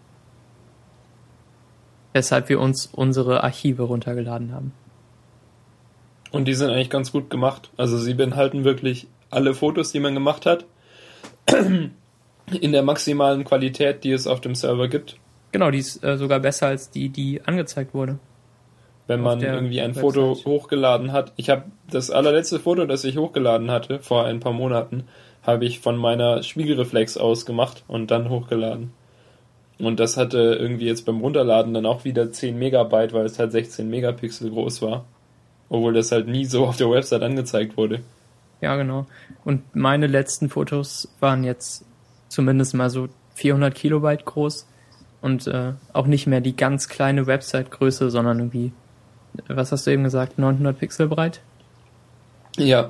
Speaker 1: Weshalb wir uns unsere Archive runtergeladen haben.
Speaker 2: Und die sind eigentlich ganz gut gemacht. Also sie beinhalten wirklich alle Fotos, die man gemacht hat, in der maximalen Qualität, die es auf dem Server gibt.
Speaker 1: Genau, die ist äh, sogar besser als die, die angezeigt wurde.
Speaker 2: Wenn
Speaker 1: Auf
Speaker 2: man
Speaker 1: der
Speaker 2: irgendwie ein
Speaker 1: Website.
Speaker 2: Foto hochgeladen hat. Ich habe das allerletzte Foto, das ich hochgeladen hatte, vor ein paar Monaten, habe ich von meiner Spiegelreflex aus gemacht und dann hochgeladen. Und das hatte irgendwie jetzt beim Runterladen dann auch wieder zehn Megabyte, weil es halt sechzehn Megapixel groß war. Obwohl das halt nie so auf der Website angezeigt wurde.
Speaker 1: Ja, genau. Und meine letzten Fotos waren jetzt zumindest mal so vierhundert Kilobyte groß und äh, auch nicht mehr die ganz kleine Website-Größe, sondern irgendwie, was hast du eben gesagt, neunhundert Pixel breit?
Speaker 2: Ja.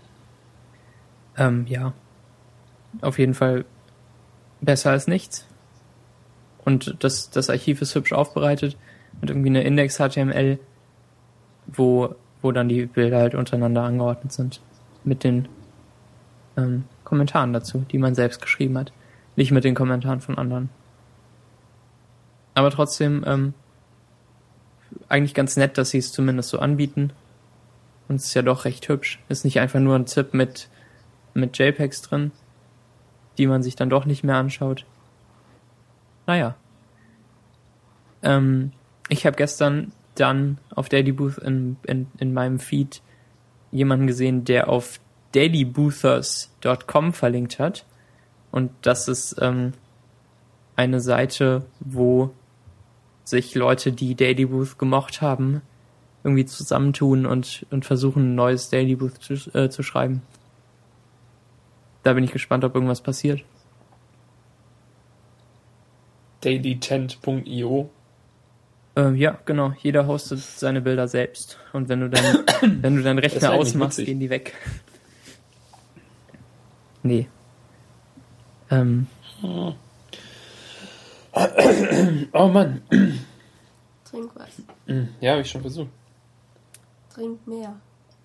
Speaker 1: Ähm, ja. Auf jeden Fall besser als nichts. Und das, das Archiv ist hübsch aufbereitet mit irgendwie einer Index-H T M L, wo, wo dann die Bilder halt untereinander angeordnet sind. Mit den ähm, Kommentaren dazu, die man selbst geschrieben hat. Nicht mit den Kommentaren von anderen. Aber trotzdem ähm, eigentlich ganz nett, dass sie es zumindest so anbieten. Und es ist ja doch recht hübsch. Ist nicht einfach nur ein Zip mit, mit JPEGs drin, die man sich dann doch nicht mehr anschaut. Naja. Ähm, ich habe gestern dann auf Daily Booth in, in, in meinem Feed jemanden gesehen, der auf dailyboothers Punkt com verlinkt hat. Und das ist ähm, eine Seite, wo sich Leute, die Daily Booth gemocht haben, irgendwie zusammentun und, und versuchen, ein neues Daily Booth zu, äh, zu schreiben. Da bin ich gespannt, ob irgendwas passiert.
Speaker 2: dailytent Punkt io.
Speaker 1: Ähm, ja, genau. Jeder hostet seine Bilder selbst. Und wenn du dann, wenn du deinen
Speaker 2: Das ist
Speaker 1: Rechner
Speaker 2: eigentlich
Speaker 1: ausmachst,
Speaker 2: witzig.
Speaker 1: gehen die weg. Nee. Ähm,
Speaker 2: Oh Mann.
Speaker 3: Trink was.
Speaker 2: Ja, habe ich schon versucht.
Speaker 3: Trink mehr.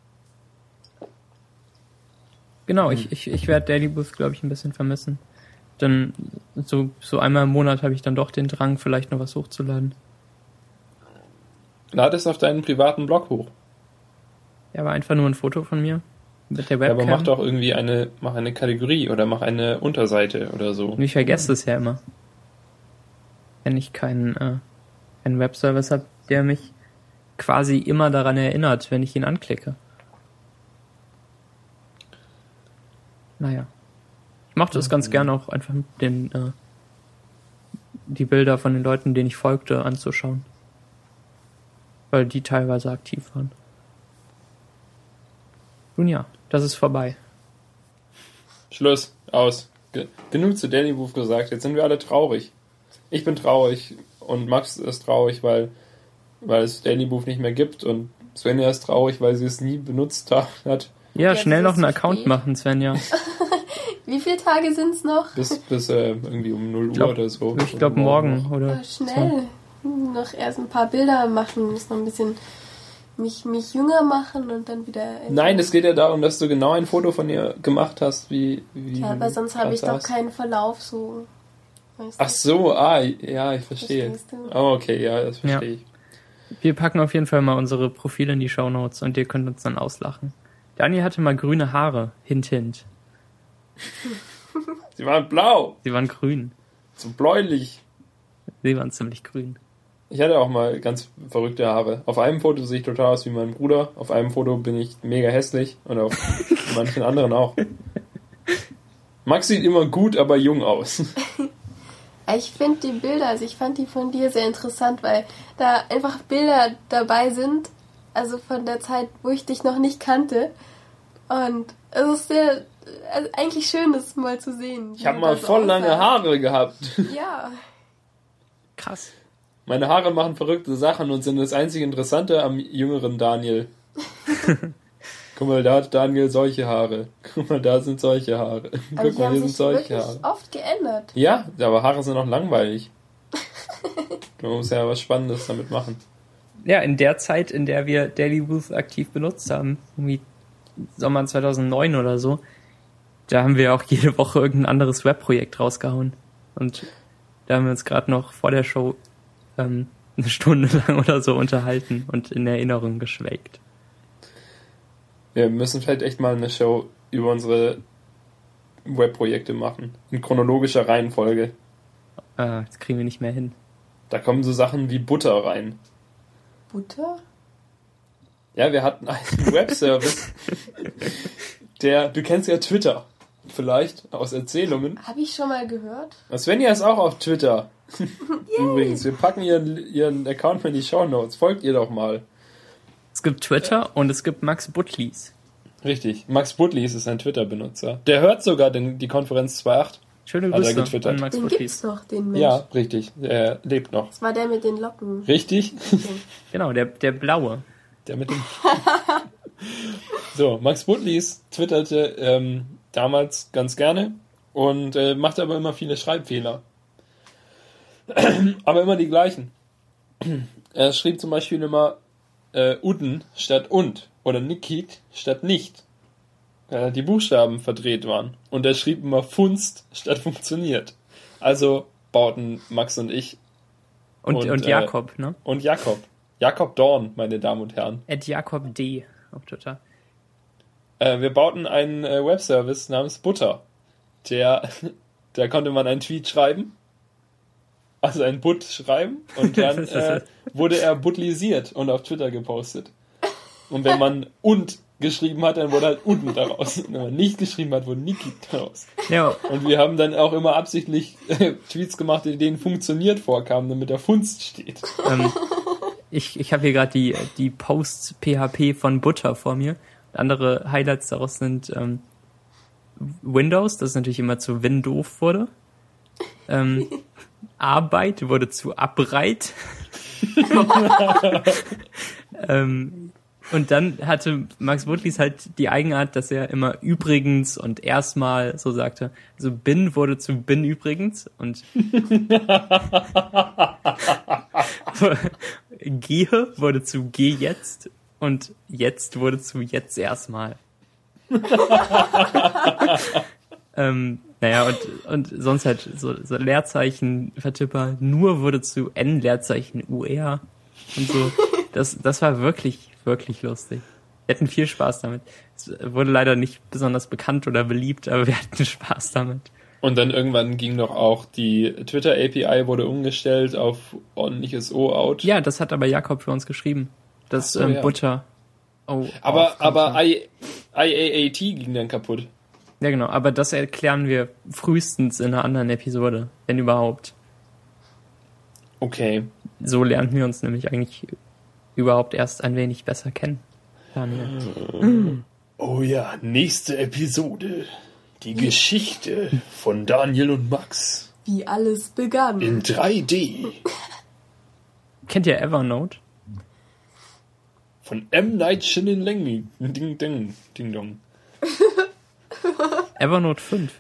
Speaker 1: genau, ich, ich, ich werde Daily Booth, glaube ich, ein bisschen vermissen. Dann so, so einmal im Monat habe ich dann doch den Drang, vielleicht noch was hochzuladen.
Speaker 2: Lade es auf deinen privaten Blog hoch.
Speaker 1: Ja, aber einfach nur ein Foto von mir mit der
Speaker 2: Ja, aber
Speaker 1: Webcam.
Speaker 2: mach doch irgendwie eine, mach eine Kategorie oder mach eine Unterseite oder so.
Speaker 1: Und ich vergesse es ja immer. Wenn ich keinen, äh, keinen Webservice habe, der mich quasi immer daran erinnert, wenn ich ihn anklicke. Naja. Ich mochte es ganz gerne auch einfach den, äh, die Bilder von den Leuten, denen ich folgte, anzuschauen. Weil die teilweise aktiv waren. Nun ja. das ist vorbei.
Speaker 2: Schluss, aus. Ge- genug zu Danny Booth gesagt, jetzt sind wir alle traurig. Ich bin traurig und Max ist traurig, weil, weil es Danny Booth nicht mehr gibt und Svenja ist traurig, weil sie es nie benutzt hat.
Speaker 1: Ja,
Speaker 3: Jetzt
Speaker 1: schnell
Speaker 3: ist
Speaker 1: noch
Speaker 3: es
Speaker 1: einen
Speaker 3: zu
Speaker 1: Account
Speaker 3: spät.
Speaker 1: machen, Svenja.
Speaker 3: Wie viele Tage sind's noch?
Speaker 2: Bis, bis äh, irgendwie um null Uhr
Speaker 1: glaub-
Speaker 2: oder so.
Speaker 1: Ich glaube morgen oder
Speaker 3: Äh, schnell. Hm, Noch erst ein paar Bilder machen, muss noch ein bisschen mich, mich jünger machen und dann wieder... älter.
Speaker 2: Nein, es geht ja darum, dass du genau ein Foto von ihr gemacht hast, wie... wie
Speaker 3: Ja, aber sonst habe ich doch
Speaker 2: saß.
Speaker 3: keinen Verlauf so. Weißt du?
Speaker 2: Ach so, ah, ja, ich verstehe.
Speaker 3: Verstehst du?
Speaker 2: Oh, okay, ja, das verstehe
Speaker 1: Ja.
Speaker 2: ich.
Speaker 1: Wir packen auf jeden Fall mal unsere Profile in die Shownotes und ihr könnt uns dann auslachen. Dani hatte mal grüne Haare. Hint, hint.
Speaker 2: Sie waren blau,
Speaker 1: Sie waren grün.
Speaker 2: so bläulich.
Speaker 1: Sie waren ziemlich grün.
Speaker 2: Ich hatte auch mal ganz verrückte Haare. Auf einem Foto sehe ich total aus wie mein Bruder, auf einem Foto bin ich mega hässlich und auf manchen anderen auch. Max sieht immer gut, aber jung aus.
Speaker 3: Ich finde die Bilder, also ich fand die von dir sehr interessant, weil da einfach Bilder dabei sind, also von der Zeit, wo ich dich noch nicht kannte. Und es ist sehr, also eigentlich schön, das mal zu sehen.
Speaker 2: Ich habe mal voll lange Haare gehabt.
Speaker 3: Ja.
Speaker 1: Krass.
Speaker 2: Meine Haare machen verrückte Sachen und sind das einzige Interessante am jüngeren Daniel. Guck mal, da hat Daniel solche Haare. Guck mal, da sind solche Haare.
Speaker 3: Aber
Speaker 2: Guck
Speaker 3: die
Speaker 2: mal,
Speaker 3: haben
Speaker 2: hier sind
Speaker 3: sich
Speaker 2: solche
Speaker 3: wirklich
Speaker 2: Haare.
Speaker 3: oft geändert.
Speaker 2: Ja, aber Haare sind auch langweilig. Du musst ja was Spannendes damit machen.
Speaker 1: Ja, in der Zeit, in der wir Daily Booth aktiv benutzt haben, irgendwie Sommer zweitausendneun oder so, da haben wir auch jede Woche irgendein anderes Webprojekt rausgehauen. Und da haben wir uns gerade noch vor der Show ähm, eine Stunde lang oder so unterhalten und in Erinnerung geschwelgt.
Speaker 2: Wir müssen vielleicht echt mal eine Show über unsere Webprojekte machen. In chronologischer Reihenfolge.
Speaker 1: Ah, das kriegen wir nicht mehr hin.
Speaker 2: Da kommen so Sachen wie Butter rein.
Speaker 3: Butter?
Speaker 2: Ja, wir hatten einen Webservice, der, du kennst ja Twitter, vielleicht aus Erzählungen.
Speaker 3: Habe ich schon mal gehört?
Speaker 2: Svenja ist auch auf Twitter. Übrigens, wir packen ihren, ihren Account mal in die Shownotes. Folgt ihr doch mal.
Speaker 1: Es gibt Twitter und es gibt Max Butlis.
Speaker 2: Richtig, Max Butlis ist ein Twitter-Benutzer. Der hört sogar den, die Konferenz zwei Punkt acht.
Speaker 1: Schöne
Speaker 2: Hat er
Speaker 1: Grüße
Speaker 2: getwittert.
Speaker 1: an Max
Speaker 3: Den
Speaker 1: Butlis.
Speaker 3: gibt's noch, den Mensch.
Speaker 2: Ja, richtig, er lebt noch.
Speaker 3: Das war der mit den Locken.
Speaker 2: Richtig?
Speaker 1: Genau, der, der blaue.
Speaker 2: Der mit dem... So, Max Butlis twitterte ähm, damals ganz gerne und äh, machte aber immer viele Schreibfehler. Aber immer die gleichen. Er schrieb zum Beispiel immer äh, Uden statt und oder Nikit statt nicht. Weil die Buchstaben verdreht waren. Und er schrieb immer Funst statt funktioniert. Also bauten Max und ich
Speaker 1: Und,
Speaker 2: Und,
Speaker 1: und,
Speaker 2: äh,
Speaker 1: Jakob, ne?
Speaker 2: und Jakob. Jakob Dorn, meine Damen und Herren.
Speaker 1: At Jakob D. auf Twitter.
Speaker 2: Äh, wir bauten einen äh, Webservice namens Butter. Der, da konnte man einen Tweet schreiben. Also ein But schreiben. Und dann äh, wurde er butlisiert und auf Twitter gepostet. Und wenn man und geschrieben hat, dann wurde halt unten daraus. Und wenn man nicht geschrieben hat, wurde Niki daraus.
Speaker 1: Ja,
Speaker 2: Und wir haben dann auch immer absichtlich äh, Tweets gemacht, in denen funktioniert vorkamen, damit der Funst steht.
Speaker 1: ähm, ich, ich habe hier gerade die, die Posts-P H P von Butter vor mir. Andere Highlights daraus sind ähm, Windows, das natürlich immer zu Win doof wurde. Ähm, Arbeit wurde zu Abreit. ähm, und dann hatte Max Butlis halt die Eigenart, dass er immer übrigens und erstmal so sagte. Also bin wurde zu bin übrigens und gehe wurde zu geh jetzt und jetzt wurde zu jetzt erstmal. ähm, naja, und, und sonst halt so, so Leerzeichen, Vertipper, nur wurde zu N Leerzeichen U R und so. Das, das war wirklich, wirklich lustig. Wir hatten viel Spaß damit. Es wurde leider nicht besonders bekannt oder beliebt, aber wir hatten Spaß damit.
Speaker 2: Und dann irgendwann ging doch auch die Twitter-A P I wurde umgestellt auf ordentliches O-Out.
Speaker 1: Ja, das hat aber Jakob für uns geschrieben. Das
Speaker 2: Ach so,
Speaker 1: ähm,
Speaker 2: ja.
Speaker 1: Butter. Oh,
Speaker 2: Aber,
Speaker 1: auf-
Speaker 2: aber I, I A A T ging dann kaputt.
Speaker 1: Ja, genau, aber das erklären wir frühestens in einer anderen Episode, wenn überhaupt.
Speaker 2: Okay.
Speaker 1: So lernen wir uns nämlich eigentlich überhaupt erst ein wenig besser kennen. Daniel.
Speaker 2: Oh ja, nächste Episode. Die Geschichte von Daniel und Max.
Speaker 3: Wie alles begann.
Speaker 2: In drei D.
Speaker 1: Kennt ihr Evernote?
Speaker 2: Von M. Night Shyamalan. Ding, ding, ding, dong.
Speaker 1: Evernote fünf.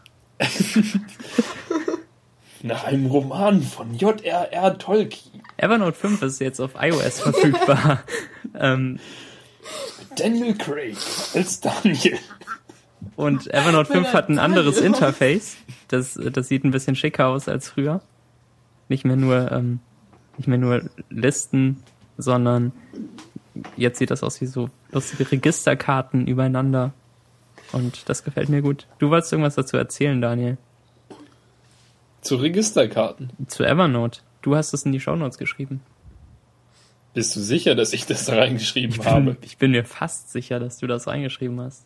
Speaker 2: Nach einem Roman von J R R. Tolkien.
Speaker 1: Evernote fünf ist jetzt auf iOS verfügbar. ähm,
Speaker 2: Daniel Craig als Daniel.
Speaker 1: Und Evernote fünf hat ein anderes Interface. Das, das sieht ein bisschen schicker aus als früher. Nicht mehr nur, ähm, nicht mehr nur Listen, sondern jetzt sieht das aus wie so lustige Registerkarten übereinander. Und das gefällt mir gut. Du wolltest irgendwas dazu erzählen, Daniel?
Speaker 2: Zu Registerkarten?
Speaker 1: Zu Evernote. Du hast es in die Shownotes geschrieben.
Speaker 2: Bist du sicher, dass ich das da reingeschrieben
Speaker 1: Ich bin,
Speaker 2: habe?
Speaker 1: ich bin mir fast sicher, dass du das reingeschrieben hast.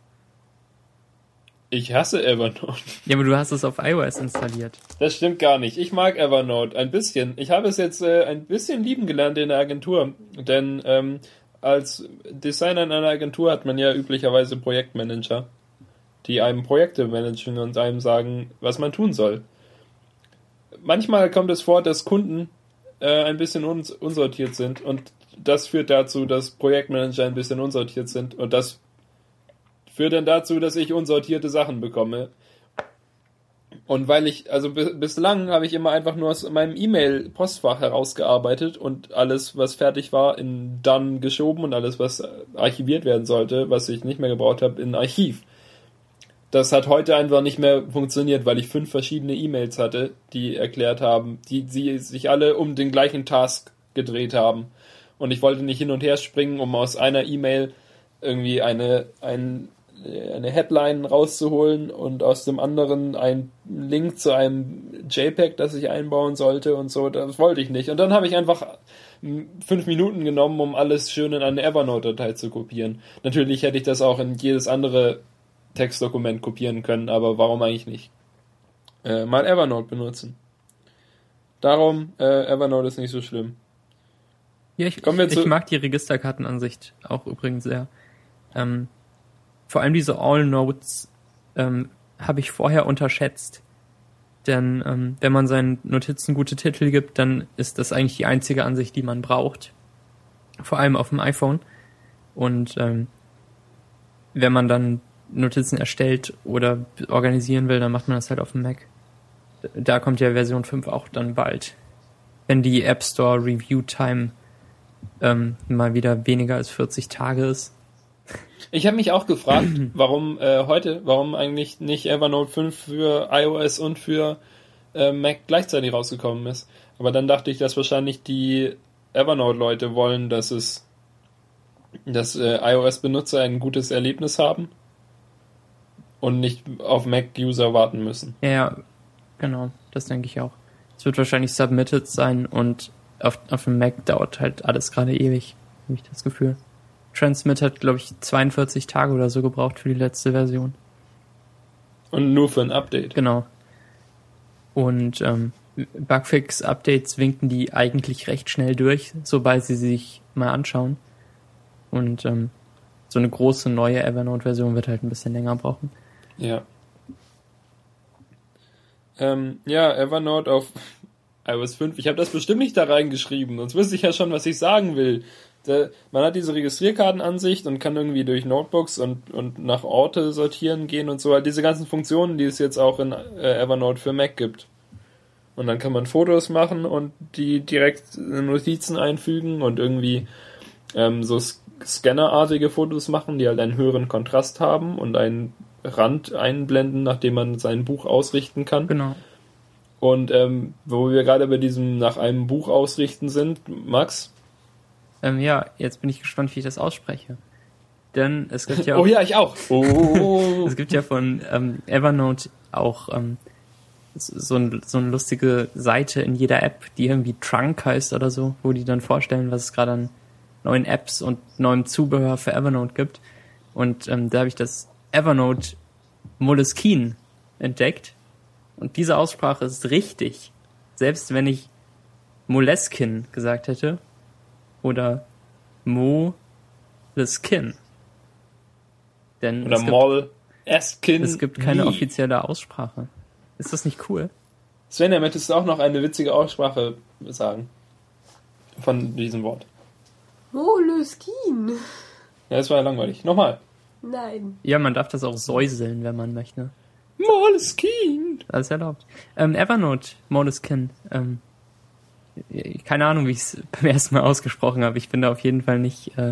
Speaker 2: Ich hasse Evernote.
Speaker 1: Ja, aber du hast es auf iOS installiert.
Speaker 2: Das stimmt gar nicht. Ich mag Evernote ein bisschen. Ich habe es jetzt äh, ein bisschen lieben gelernt in der Agentur. Denn ähm, als Designer in einer Agentur hat man ja üblicherweise Projektmanager, die einem Projekte managen und einem sagen, was man tun soll. Manchmal kommt es vor, dass Kunden äh, ein bisschen uns, unsortiert sind und das führt dazu, dass Projektmanager ein bisschen unsortiert sind und das führt dann dazu, dass ich unsortierte Sachen bekomme. Und weil ich, also b- bislang habe ich immer einfach nur aus meinem E-Mail-Postfach herausgearbeitet und alles, was fertig war, in Done geschoben und alles, was archiviert werden sollte, was ich nicht mehr gebraucht habe, in Archiv. Das hat heute einfach nicht mehr funktioniert, weil ich fünf verschiedene E-Mails hatte, die erklärt haben, die, die sich alle um den gleichen Task gedreht haben. Und ich wollte nicht hin und her springen, um aus einer E-Mail irgendwie eine, ein, eine Headline rauszuholen und aus dem anderen einen Link zu einem JPEG, das ich einbauen sollte und so. Das wollte ich nicht. Und dann habe ich einfach fünf Minuten genommen, um alles schön in eine Evernote-Datei zu kopieren. Natürlich hätte ich das auch in jedes andere Textdokument kopieren können, aber warum eigentlich nicht? Äh, mal Evernote benutzen. Darum, äh, Evernote ist nicht so schlimm.
Speaker 1: Ja, ich,
Speaker 2: Kommen wir
Speaker 1: ich,
Speaker 2: zu-
Speaker 1: ich mag die Registerkartenansicht auch übrigens sehr. Ähm, vor allem diese All-Notes ähm, habe ich vorher unterschätzt. Denn ähm, wenn man seinen Notizen gute Titel gibt, dann ist das eigentlich die einzige Ansicht, die man braucht. Vor allem auf dem iPhone. Und ähm, wenn man dann Notizen erstellt oder organisieren will, dann macht man das halt auf dem Mac. Da kommt ja Version fünf auch dann bald. Wenn die App Store Review Time ähm, mal wieder weniger als vierzig Tage ist.
Speaker 2: Ich habe mich auch gefragt, warum äh, heute, warum eigentlich nicht Evernote fünf für iOS und für äh, Mac gleichzeitig rausgekommen ist. Aber dann dachte ich, dass wahrscheinlich die Evernote-Leute wollen, dass es, dass äh, iOS-Benutzer ein gutes Erlebnis haben und nicht auf Mac-User warten müssen.
Speaker 1: Ja, ja, genau, das denke ich auch. Es wird wahrscheinlich submitted sein und auf, auf dem Mac dauert halt alles gerade ewig, habe ich das Gefühl. Transmit hat, glaube ich, zweiundvierzig Tage oder so gebraucht für die letzte Version.
Speaker 2: Und nur für ein Update.
Speaker 1: Genau. Und ähm, Bugfix-Updates winken die eigentlich recht schnell durch, sobald sie sich mal anschauen. Und ähm, so eine große neue Evernote-Version wird halt ein bisschen länger brauchen.
Speaker 2: Ja. Ähm, ja, Evernote auf iOS fünf. Ich habe das bestimmt nicht da reingeschrieben, sonst wüsste ich ja schon, was ich sagen will. Da, man hat diese Registrierkartenansicht und kann irgendwie durch Notebooks und, und nach Orte sortieren gehen und so. Halt diese ganzen Funktionen, die es jetzt auch in äh, Evernote für Mac gibt. Und dann kann man Fotos machen und die direkt in Notizen einfügen und irgendwie ähm, so scannerartige Fotos machen, die halt einen höheren Kontrast haben und einen Rand einblenden, nachdem man sein Buch ausrichten kann.
Speaker 1: Genau.
Speaker 2: Und ähm, wo wir gerade bei diesem nach einem Buch ausrichten sind, Max?
Speaker 1: Ähm, ja, jetzt bin ich gespannt, wie ich das ausspreche. Denn es gibt ja
Speaker 2: Oh ja, ich auch. Oh.
Speaker 1: es gibt ja von ähm, Evernote auch ähm, so, ein, so eine lustige Seite in jeder App, die irgendwie Trunk heißt oder so, wo die dann vorstellen, was es gerade an neuen Apps und neuem Zubehör für Evernote gibt. Und ähm, da habe ich das Evernote Moleskine entdeckt. Und diese Aussprache ist richtig. Selbst wenn ich Moleskine gesagt hätte – oder Moleskine. Denn
Speaker 2: Oder
Speaker 1: es gibt,
Speaker 2: Moleskine.
Speaker 1: es gibt keine offizielle Aussprache. Ist das nicht cool?
Speaker 2: Svenja, möchtest du auch noch eine witzige Aussprache sagen? Von diesem Wort.
Speaker 3: Moleskine.
Speaker 2: Ja, das war ja langweilig. Nochmal.
Speaker 3: Nein.
Speaker 1: Ja, man darf das auch säuseln, wenn man möchte.
Speaker 2: Moleskine.
Speaker 1: Das ist erlaubt. Ähm, Evernote, Moleskine. Ähm, keine Ahnung, wie ich es beim ersten Mal ausgesprochen habe. Ich bin da auf jeden Fall nicht... Äh,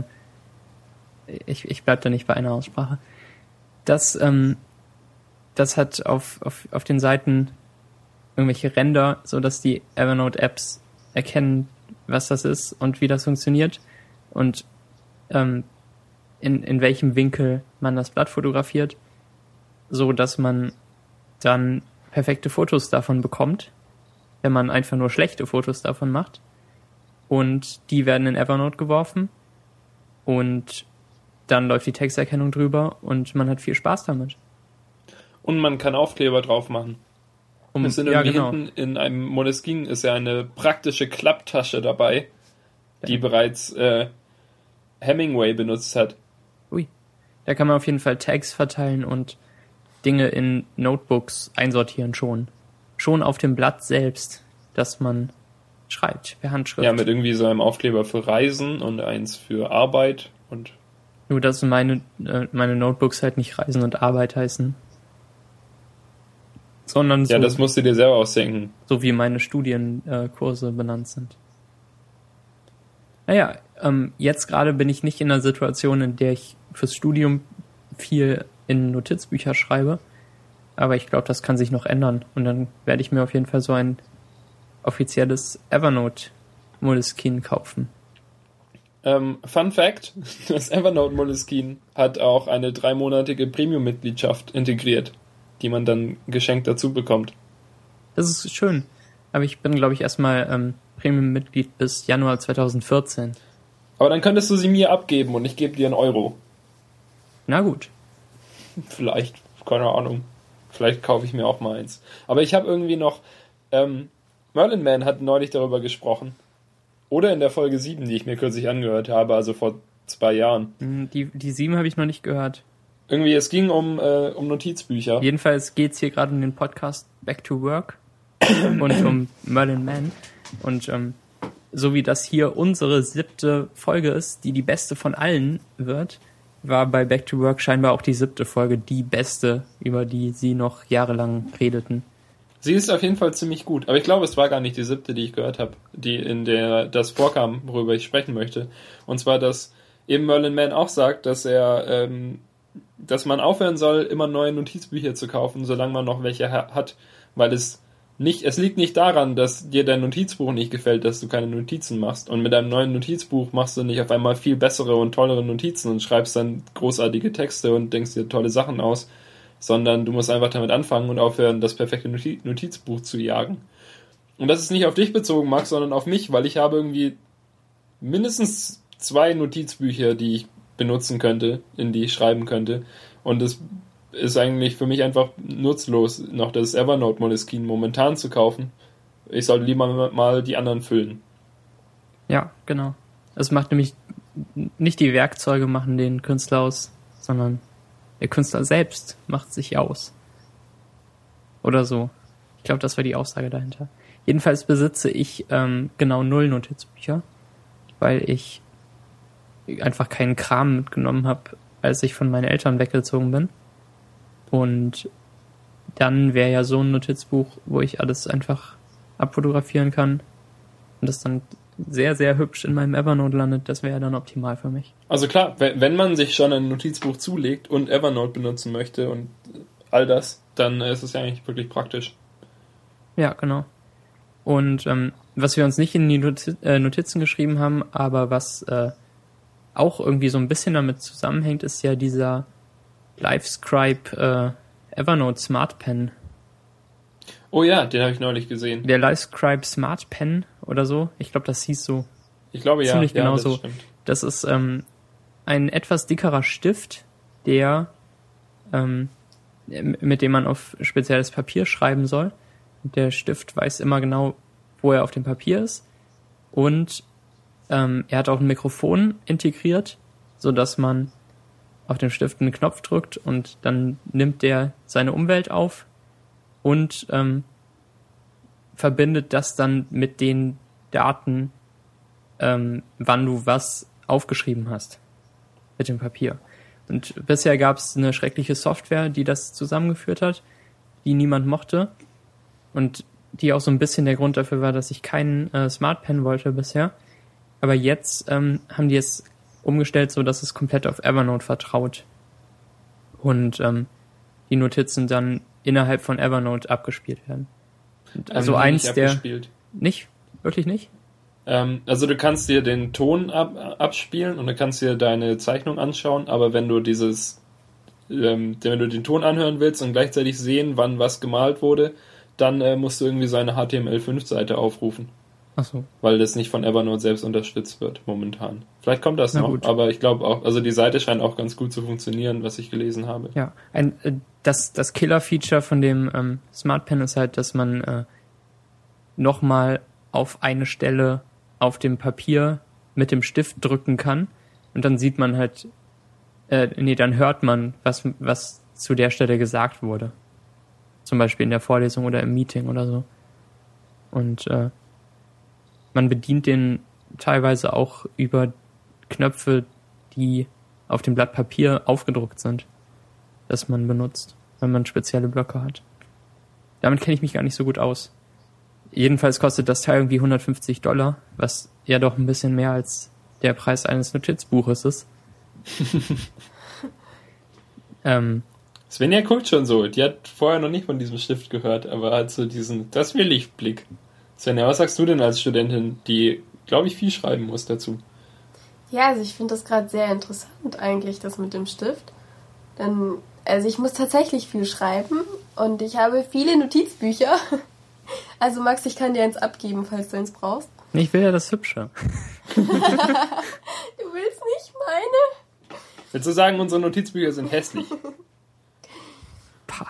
Speaker 1: ich ich bleib da nicht bei einer Aussprache. Das, ähm, das hat auf, auf, auf den Seiten irgendwelche Ränder, so dass die Evernote-Apps erkennen, was das ist und wie das funktioniert und ähm, in, in welchem Winkel man das Blatt fotografiert, so dass man dann perfekte Fotos davon bekommt, wenn man einfach nur schlechte Fotos davon macht. Und die werden in Evernote geworfen und dann läuft die Texterkennung drüber und man hat viel Spaß damit.
Speaker 2: Und man kann Aufkleber drauf machen.
Speaker 1: Um,
Speaker 2: es sind
Speaker 1: ja,
Speaker 2: irgendwie
Speaker 1: genau.
Speaker 2: hinten in einem Moleskine ist ja eine praktische Klapptasche dabei, die
Speaker 1: Ja.
Speaker 2: bereits äh, Hemingway benutzt hat.
Speaker 1: Ui. Da kann man auf jeden Fall Tags verteilen und Dinge in Notebooks einsortieren schon. Schon auf dem Blatt selbst, das man schreibt, per Handschrift.
Speaker 2: Ja, mit irgendwie so einem Aufkleber für Reisen und eins für Arbeit und
Speaker 1: Nur, dass meine, äh, meine Notebooks halt nicht Reisen und Arbeit heißen. Sondern so,
Speaker 2: ja, das musst du dir selber ausdenken.
Speaker 1: so wie meine Studienkurse benannt sind. Naja, ähm, jetzt gerade bin ich nicht in einer Situation, in der ich fürs Studium viel in Notizbücher schreibe. Aber ich glaube, das kann sich noch ändern. Und dann werde ich mir auf jeden Fall so ein offizielles Evernote Moleskine kaufen.
Speaker 2: Ähm, Fun Fact, das Evernote Moleskine hat auch eine dreimonatige Premium-Mitgliedschaft integriert, die man dann geschenkt dazu bekommt.
Speaker 1: Das ist schön. Aber ich bin, glaube ich, erstmal ähm, Premium-Mitglied bis Januar zwanzig vierzehn.
Speaker 2: Aber dann könntest du sie mir abgeben und ich gebe dir einen Euro.
Speaker 1: Na gut.
Speaker 2: Vielleicht, keine Ahnung. Vielleicht kaufe ich mir auch mal eins. Aber ich habe irgendwie noch, ähm, Merlin Man hat neulich darüber gesprochen. Oder in der Folge sieben, die ich mir kürzlich angehört habe, also vor zwei Jahren.
Speaker 1: Hm, Die, die sieben habe ich noch nicht gehört.
Speaker 2: Irgendwie, es ging um, äh, um Notizbücher.
Speaker 1: Jedenfalls geht's hier gerade um den Podcast Back to Work und um Merlin Man. Und ähm, so wie das hier unsere siebte Folge ist, die die beste von allen wird, war bei Back to Work scheinbar auch die siebte Folge die beste, über die sie noch jahrelang redeten.
Speaker 2: Sie ist auf jeden Fall ziemlich gut. Aber ich glaube, es war gar nicht die siebte, die ich gehört habe, die in der das vorkam, worüber ich sprechen möchte. Und zwar, dass eben Merlin Man auch sagt, dass er, ähm, dass man aufhören soll, immer neue Notizbücher zu kaufen, solange man noch welche ha- hat, weil es nicht, es liegt nicht daran, dass dir dein Notizbuch nicht gefällt, dass du keine Notizen machst. Und mit einem neuen Notizbuch machst du nicht auf einmal viel bessere und tollere Notizen und schreibst dann großartige Texte und denkst dir tolle Sachen aus, sondern du musst einfach damit anfangen und aufhören, das perfekte Notizbuch zu jagen. Und das ist nicht auf dich bezogen, Max, sondern auf mich, weil ich habe irgendwie mindestens zwei Notizbücher, die ich benutzen könnte, in die ich schreiben könnte. Und es ist eigentlich für mich einfach nutzlos, noch das Evernote Moleskine momentan zu kaufen. Ich sollte lieber mal die anderen füllen.
Speaker 1: Ja, genau. Es macht nämlich nicht die Werkzeuge machen den Künstler aus, sondern der Künstler selbst macht sich aus. Oder so. Ich glaube, das war die Aussage dahinter. Jedenfalls besitze ich ähm, genau null Notizbücher, weil ich einfach keinen Kram mitgenommen habe, als ich von meinen Eltern weggezogen bin. Und dann wäre ja so ein Notizbuch, wo ich alles einfach abfotografieren kann und das dann sehr, sehr hübsch in meinem Evernote landet, das wäre dann optimal für mich.
Speaker 2: Also klar, wenn man sich schon ein Notizbuch zulegt und Evernote benutzen möchte und all das, dann ist es ja eigentlich wirklich praktisch.
Speaker 1: Ja, genau. Und ähm, was wir uns nicht in die Notiz- äh, Notizen geschrieben haben, aber was äh, auch irgendwie so ein bisschen damit zusammenhängt, ist ja dieser LiveScribe äh, Evernote Smart Pen.
Speaker 2: Oh ja, den habe ich neulich gesehen.
Speaker 1: Der LiveScribe Smart Pen oder so, ich glaube, das hieß so.
Speaker 2: Ich glaube ja,
Speaker 1: Ziemlich
Speaker 2: ja
Speaker 1: genau
Speaker 2: das
Speaker 1: so.
Speaker 2: stimmt.
Speaker 1: Das ist ähm, ein etwas dickerer Stift, der ähm, mit dem man auf spezielles Papier schreiben soll. Der Stift weiß immer genau, wo er auf dem Papier ist. Und ähm, er hat auch ein Mikrofon integriert, so dass man auf dem Stift einen Knopf drückt und dann nimmt der seine Umwelt auf und ähm, verbindet das dann mit den Daten, ähm, wann du was aufgeschrieben hast mit dem Papier. Und bisher gab es eine schreckliche Software, die das zusammengeführt hat, die niemand mochte und die auch so ein bisschen der Grund dafür war, dass ich keinen äh, Smart Pen wollte bisher. Aber jetzt ähm, haben die es umgestellt, so dass es komplett auf Evernote vertraut und ähm, die Notizen dann innerhalb von Evernote abgespielt werden. Und also
Speaker 2: ähm,
Speaker 1: eins
Speaker 2: nicht
Speaker 1: der
Speaker 2: abgespielt.
Speaker 1: nicht wirklich nicht.
Speaker 2: Ähm, also du kannst dir den Ton ab, abspielen und du kannst dir deine Zeichnung anschauen, aber wenn du dieses, ähm, wenn du den Ton anhören willst und gleichzeitig sehen, wann was gemalt wurde, dann äh, musst du irgendwie so eine H T M L fünf Seite aufrufen.
Speaker 1: Ach so.
Speaker 2: Weil das nicht von Evernote selbst unterstützt wird, momentan. Vielleicht kommt das
Speaker 1: Na
Speaker 2: noch,
Speaker 1: gut.
Speaker 2: aber ich glaube auch, also die Seite scheint auch ganz gut zu funktionieren, was ich gelesen habe.
Speaker 1: Ja, ein, äh, das, das Killer-Feature von dem ähm, Smart Pen ist halt, dass man äh, nochmal auf eine Stelle auf dem Papier mit dem Stift drücken kann und dann sieht man halt, äh, nee, dann hört man, was, was zu der Stelle gesagt wurde. Zum Beispiel in der Vorlesung oder im Meeting oder so. Und äh, man bedient den teilweise auch über Knöpfe, die auf dem Blatt Papier aufgedruckt sind, das man benutzt, wenn man spezielle Blöcke hat. Damit kenne ich mich gar nicht so gut aus. Jedenfalls kostet das Teil irgendwie hundertfünfzig Dollar, was ja doch ein bisschen mehr als der Preis eines Notizbuches ist. ähm,
Speaker 2: Svenja guckt schon so, die hat vorher noch nicht von diesem Stift gehört, aber hat so diesen, das will ich Blick. Svenja, was sagst du denn als Studentin, die, glaube ich, viel schreiben muss dazu?
Speaker 3: Ja, also ich finde das gerade sehr interessant eigentlich, das mit dem Stift. Denn, also ich muss tatsächlich viel schreiben und ich habe viele Notizbücher. Also Max, ich kann dir eins abgeben, falls du eins brauchst.
Speaker 1: Ich will ja das Hübsche.
Speaker 3: Du willst nicht meine?
Speaker 2: Willst du sagen, unsere Notizbücher sind hässlich?
Speaker 1: Pah.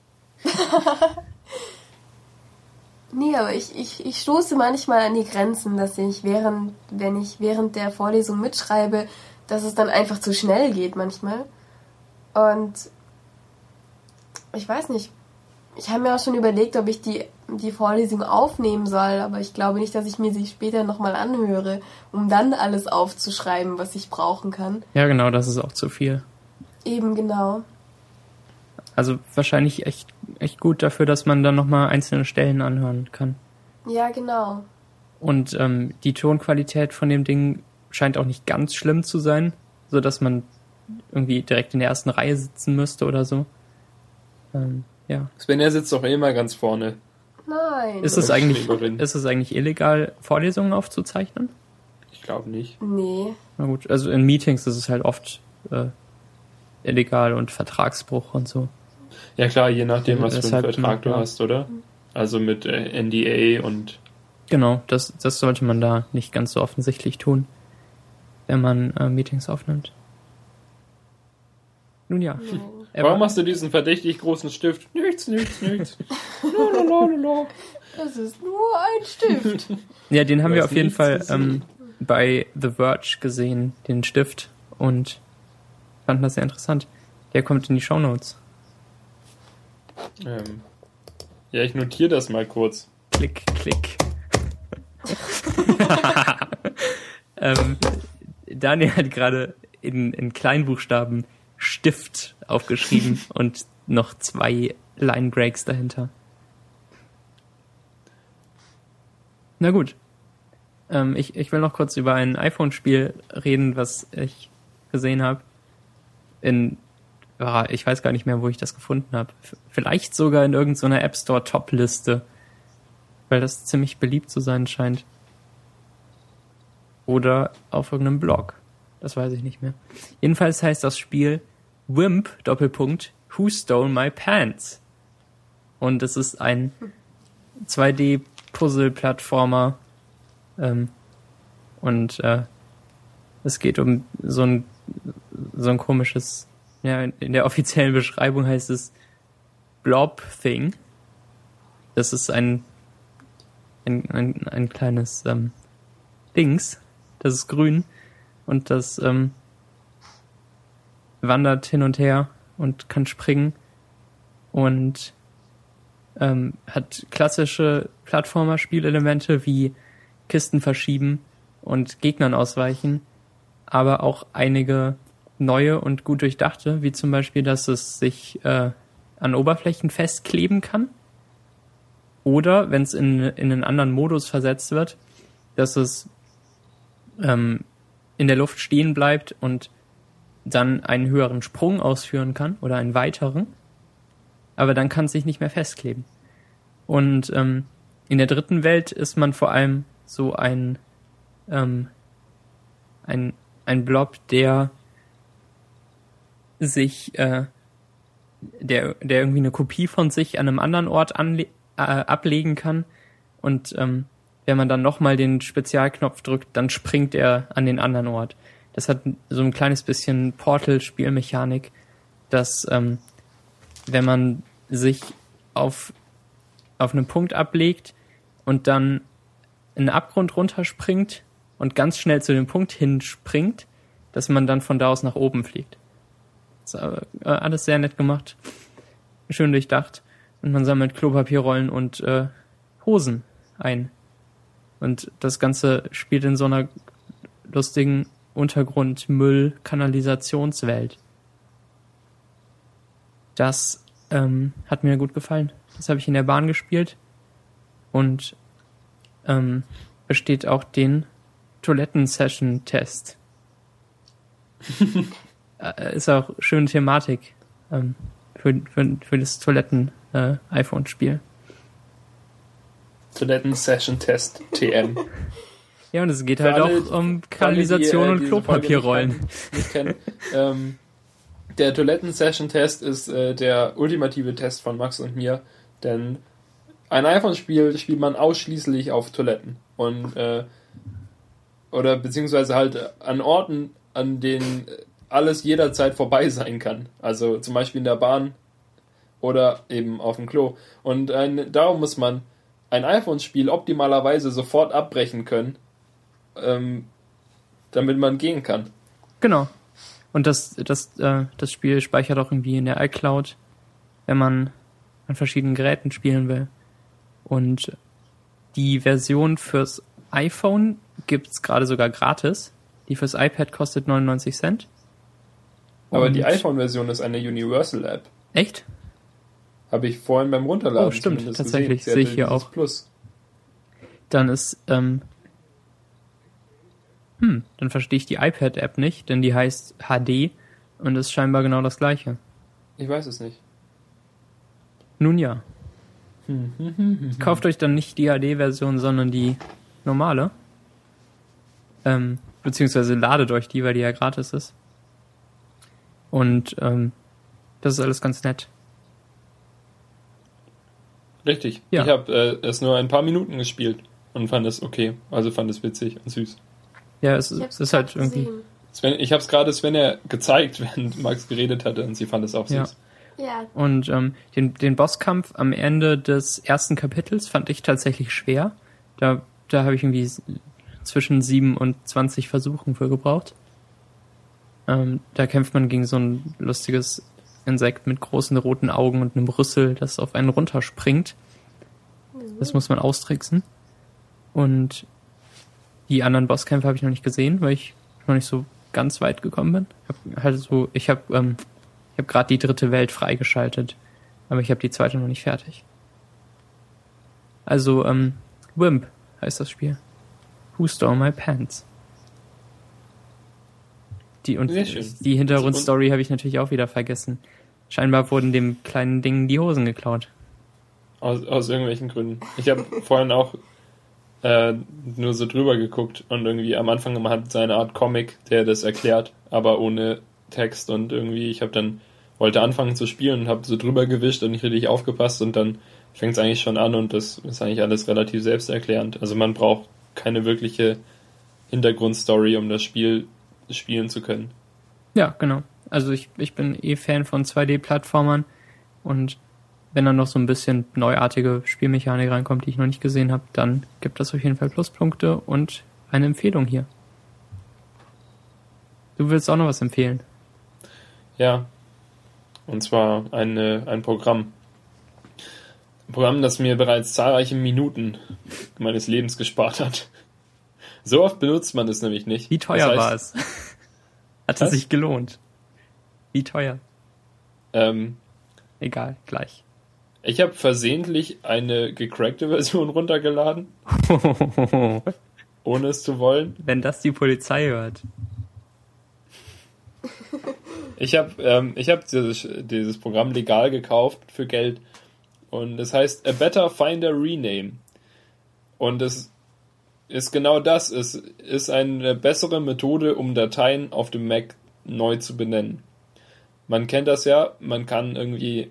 Speaker 3: Nee, aber ich, ich, ich stoße manchmal an die Grenzen, dass ich während, wenn ich während der Vorlesung mitschreibe, dass es dann einfach zu schnell geht manchmal. Und ich weiß nicht, ich habe mir auch schon überlegt, ob ich die, die Vorlesung aufnehmen soll, aber ich glaube nicht, dass ich mir sie später nochmal anhöre, um dann alles aufzuschreiben, was ich brauchen kann.
Speaker 1: Ja, genau, das ist auch zu viel.
Speaker 3: Eben genau.
Speaker 1: Also wahrscheinlich echt, echt gut dafür, dass man dann nochmal einzelne Stellen anhören kann.
Speaker 3: Ja, genau.
Speaker 1: Und ähm, die Tonqualität von dem Ding scheint auch nicht ganz schlimm zu sein, so dass man irgendwie direkt in der ersten Reihe sitzen müsste oder so. Ähm, ja.
Speaker 2: Svenja sitzt doch eh immer ganz vorne.
Speaker 3: Nein.
Speaker 1: Ist es eigentlich,
Speaker 2: Schreiberin.
Speaker 1: ist es eigentlich illegal, Vorlesungen aufzuzeichnen?
Speaker 2: Ich glaube nicht.
Speaker 3: Nee.
Speaker 1: Na gut, also in Meetings ist es halt oft äh, illegal und Vertragsbruch und so.
Speaker 2: Ja klar, je nachdem, was für
Speaker 1: Deshalb,
Speaker 2: einen Vertrag du
Speaker 1: ja.
Speaker 2: hast, oder? Also mit äh, N D A und...
Speaker 1: Genau, das, das sollte man da nicht ganz so offensichtlich tun, wenn man äh, Meetings aufnimmt. Nun ja.
Speaker 3: Nein.
Speaker 1: Er
Speaker 2: Warum
Speaker 1: war-
Speaker 2: hast du diesen verdächtig großen Stift? Nichts, nichts, nichts. Lalalala.
Speaker 3: Das ist nur ein Stift.
Speaker 1: Ja, den haben
Speaker 2: Du
Speaker 1: wir
Speaker 2: hast
Speaker 1: auf jeden
Speaker 2: nichts
Speaker 1: Fall
Speaker 2: gesehen.
Speaker 1: ähm, bei The Verge gesehen, den Stift, und fanden das sehr interessant. Der kommt in die Shownotes.
Speaker 2: ähm, ja, ich notiere das mal kurz.
Speaker 1: Klick, klick. ähm, Daniel hat gerade in, in Kleinbuchstaben Stift aufgeschrieben und noch zwei Line Breaks dahinter. Na gut. Ähm, ich, ich will noch kurz über ein iPhone-Spiel reden, was ich gesehen habe. In, ah, ich weiß gar nicht mehr, wo ich das gefunden habe. F- Vielleicht sogar in irgendeiner App Store Top-Liste, weil das ziemlich beliebt zu sein scheint. Oder auf irgendeinem Blog. Das weiß ich nicht mehr. Jedenfalls heißt das Spiel Wimp, Doppelpunkt, Who Stole My Pants? Und es ist ein zwei D-Puzzle-Plattformer. Ähm, und äh, es geht um so ein, so ein komisches, ja, in der offiziellen Beschreibung heißt es Blob-Thing. Das ist ein, ein, ein, ein kleines ähm, Dings. Das ist grün. Und das ähm, wandert hin und her und kann springen und ähm, hat klassische Plattformer-Spielelemente wie Kisten verschieben und Gegnern ausweichen, aber auch einige neue und gut durchdachte, wie zum Beispiel, dass es sich äh, an Oberflächen festkleben kann oder, wenn es in, in einen anderen Modus versetzt wird, dass es ähm, in der Luft stehen bleibt und dann einen höheren Sprung ausführen kann oder einen weiteren, aber dann kann es sich nicht mehr festkleben. Und ähm, in der dritten Welt ist man vor allem so ein ähm, ein, ein Blob, der sich äh, der der irgendwie eine Kopie von sich an einem anderen Ort anle- äh, ablegen kann und ähm, wenn man dann nochmal den Spezialknopf drückt, dann springt er an den anderen Ort. Das hat so ein kleines bisschen Portal-Spielmechanik, dass ähm, wenn man sich auf auf einen Punkt ablegt und dann in einen Abgrund runterspringt und ganz schnell zu dem Punkt hinspringt, dass man dann von da aus nach oben fliegt. Das ist aber alles sehr nett gemacht, schön durchdacht und man sammelt Klopapierrollen und äh, Hosen ein. Und das Ganze spielt in so einer lustigen Untergrund-Müll-Kanalisationswelt. Das ähm, hat mir gut gefallen. Das habe ich in der Bahn gespielt und ähm, besteht auch den Toiletten-Session-Test. äh, ist auch schöne Thematik ähm, für, für, für das Toiletten-iPhone-Spiel.
Speaker 2: Toiletten-Session-Test, T M.
Speaker 1: Ja, und es geht halt alle, auch um Kanalisation
Speaker 2: alle, die, äh,
Speaker 1: und Klopapierrollen.
Speaker 2: Nicht, nicht kennen. ähm, der Toiletten-Session-Test ist äh, der ultimative Test von Max und mir, denn ein iPhone-Spiel spielt man ausschließlich auf Toiletten und äh, oder beziehungsweise halt an Orten, an denen alles jederzeit vorbei sein kann. Also zum Beispiel in der Bahn oder eben auf dem Klo. Und ein, darum muss man ein iPhone-Spiel optimalerweise sofort abbrechen können, ähm, damit man gehen kann.
Speaker 1: Genau. Und das, das, äh, das Spiel speichert auch irgendwie in der iCloud, wenn man an verschiedenen Geräten spielen will. Und die Version fürs iPhone gibt's gerade sogar gratis. Die fürs iPad kostet neunundneunzig Cent.
Speaker 2: Aber
Speaker 1: Und
Speaker 2: die iPhone-Version ist eine Universal-App.
Speaker 1: Echt?
Speaker 2: Habe ich vorhin beim Runterladen
Speaker 1: Oh, stimmt, tatsächlich.
Speaker 2: gesehen.
Speaker 1: Sehe ich hier auch.
Speaker 2: Plus.
Speaker 1: Dann ist, ähm, hm, dann verstehe ich die iPad-App nicht, denn die heißt H D und ist scheinbar genau das gleiche.
Speaker 2: Ich weiß es nicht.
Speaker 1: Nun ja. Kauft euch dann nicht die H D-Version, sondern die normale. Ähm, beziehungsweise ladet euch die, weil die ja gratis ist. Und ähm, das ist alles ganz nett.
Speaker 2: Richtig.
Speaker 1: Ja.
Speaker 2: Ich habe äh, es nur ein paar Minuten gespielt und fand es okay. Also fand es witzig und süß.
Speaker 1: Ja, es, es ist halt irgendwie...
Speaker 3: Gesehen.
Speaker 2: Sven, ich habe es gerade Svenja gezeigt, während Max geredet hatte und sie fand es auch süß.
Speaker 1: Ja.
Speaker 3: Ja,
Speaker 1: Und ähm, den, den Bosskampf am Ende des ersten Kapitels fand ich tatsächlich schwer. Da, da habe ich irgendwie s- zwischen sieben und zwanzig Versuchen für gebraucht. Ähm, da kämpft man gegen so ein lustiges Insekt mit großen roten Augen und einem Rüssel, das auf einen runterspringt. Das muss man austricksen. Und die anderen Bosskämpfe habe ich noch nicht gesehen, weil ich noch nicht so ganz weit gekommen bin. Ich habe halt so, ich habe ähm, ich habe gerade die dritte Welt freigeschaltet, aber ich habe die zweite noch nicht fertig. Also, ähm, Wimp heißt das Spiel. Who Stole My Pants? Die, und
Speaker 2: Sehr schön.
Speaker 1: die Hintergrundstory habe ich natürlich auch wieder vergessen. Scheinbar wurden dem kleinen Ding die Hosen geklaut.
Speaker 2: Aus, aus irgendwelchen Gründen. Ich habe vorhin auch äh, nur so drüber geguckt und irgendwie am Anfang man hat seine Art Comic, der das erklärt, aber ohne Text und irgendwie, ich habe dann wollte anfangen zu spielen und habe so drüber gewischt und nicht richtig aufgepasst und dann fängt es eigentlich schon an und das ist eigentlich alles relativ selbsterklärend. Also man braucht keine wirkliche Hintergrundstory, um das Spiel spielen zu können.
Speaker 1: Ja, genau. Also ich, ich bin eh Fan von zwei D-Plattformern und wenn dann noch so ein bisschen neuartige Spielmechanik reinkommt, die ich noch nicht gesehen habe, dann gibt das auf jeden Fall Pluspunkte und eine Empfehlung hier. Du willst auch noch was empfehlen?
Speaker 2: Ja. Und zwar eine, ein Programm. Ein Programm, das mir bereits zahlreiche Minuten meines Lebens gespart hat. So oft benutzt man es nämlich nicht.
Speaker 1: Wie teuer
Speaker 2: das heißt,
Speaker 1: war es? Hat es sich gelohnt? Wie teuer?
Speaker 2: Ähm,
Speaker 1: Egal, gleich.
Speaker 2: Ich habe versehentlich eine gecrackte Version runtergeladen, ohne es zu wollen.
Speaker 1: Wenn das die Polizei hört.
Speaker 2: Ich habe ähm, ich hab dieses, dieses Programm legal gekauft für Geld und es heißt A Better Finder Rename. Und es ist genau das. Es ist eine bessere Methode, um Dateien auf dem Mac neu zu benennen. Man kennt das ja, man kann irgendwie,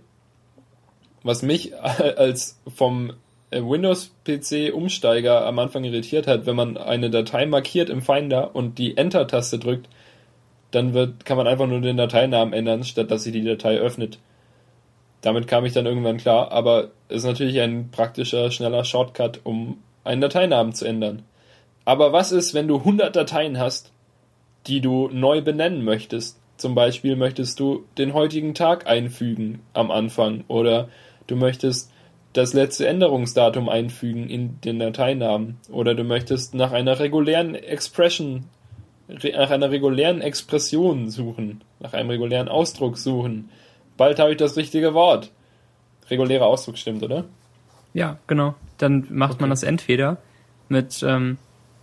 Speaker 2: was mich als vom Windows-P C-Umsteiger am Anfang irritiert hat, wenn man eine Datei markiert im Finder und die Enter-Taste drückt, dann wird, kann man einfach nur den Dateinamen ändern, statt dass sie die Datei öffnet. Damit kam ich dann irgendwann klar, aber es ist natürlich ein praktischer, schneller Shortcut, um einen Dateinamen zu ändern. Aber was ist, wenn du hundert Dateien hast, die du neu benennen möchtest? Zum Beispiel möchtest du den heutigen Tag einfügen am Anfang oder du möchtest das letzte Änderungsdatum einfügen in den Dateinamen oder du möchtest nach einer regulären Expression, nach einer regulären Expression suchen, nach einem regulären Ausdruck suchen. Bald habe ich das richtige Wort. Regulärer Ausdruck stimmt, oder?
Speaker 1: Ja, genau. Dann macht
Speaker 2: Okay.
Speaker 1: man das entweder mit, ähm,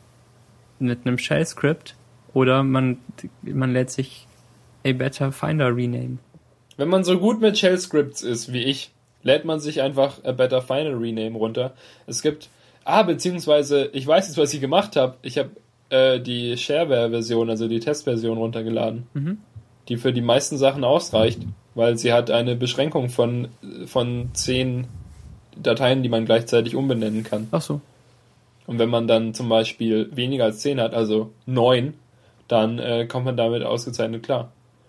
Speaker 1: mit einem Shell-Script oder man, man lädt sich A Better Finder Rename.
Speaker 2: Wenn man so gut mit Shell-Scripts ist wie ich, lädt man sich einfach A Better Finder Rename runter. Es gibt, ah, beziehungsweise, ich weiß jetzt, was ich gemacht habe. Ich habe äh, die Shareware-Version, also die Testversion runtergeladen,
Speaker 1: Mhm.
Speaker 2: die für die meisten Sachen ausreicht, weil sie hat eine Beschränkung von, von zehn Dateien, die man gleichzeitig umbenennen kann.
Speaker 1: Ach so.
Speaker 2: Und wenn man dann zum Beispiel weniger als zehn hat, also neun, dann äh, kommt man damit ausgezeichnet klar.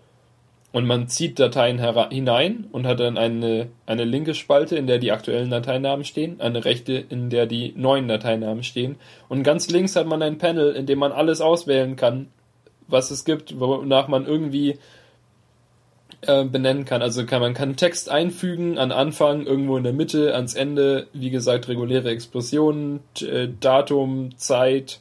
Speaker 2: Und man zieht Dateien hera- hinein und hat dann eine, eine linke Spalte, in der die aktuellen Dateinamen stehen, eine rechte, in der die neuen Dateinamen stehen. Und ganz links hat man ein Panel, in dem man alles auswählen kann, was es gibt, wonach man irgendwie äh, benennen kann. Also kann man kann Text einfügen, an Anfang, irgendwo in der Mitte, ans Ende, wie gesagt, reguläre Explosionen, t- äh, Datum, Zeit,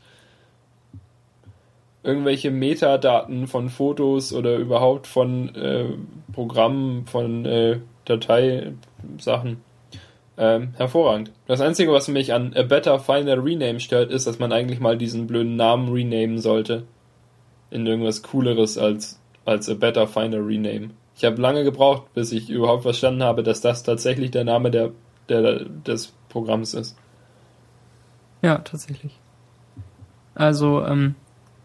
Speaker 2: irgendwelche Metadaten von Fotos oder überhaupt von äh, Programmen, von äh, Dateisachen. Ähm, hervorragend. Das Einzige, was mich an A Better Finder Rename stört, ist, dass man eigentlich mal diesen blöden Namen renamen sollte. In irgendwas Cooleres als, als A Better Finder Rename. Ich habe lange gebraucht, bis ich überhaupt verstanden habe, dass das tatsächlich der Name der, der, des Programms ist.
Speaker 1: Ja, tatsächlich. Also, ähm,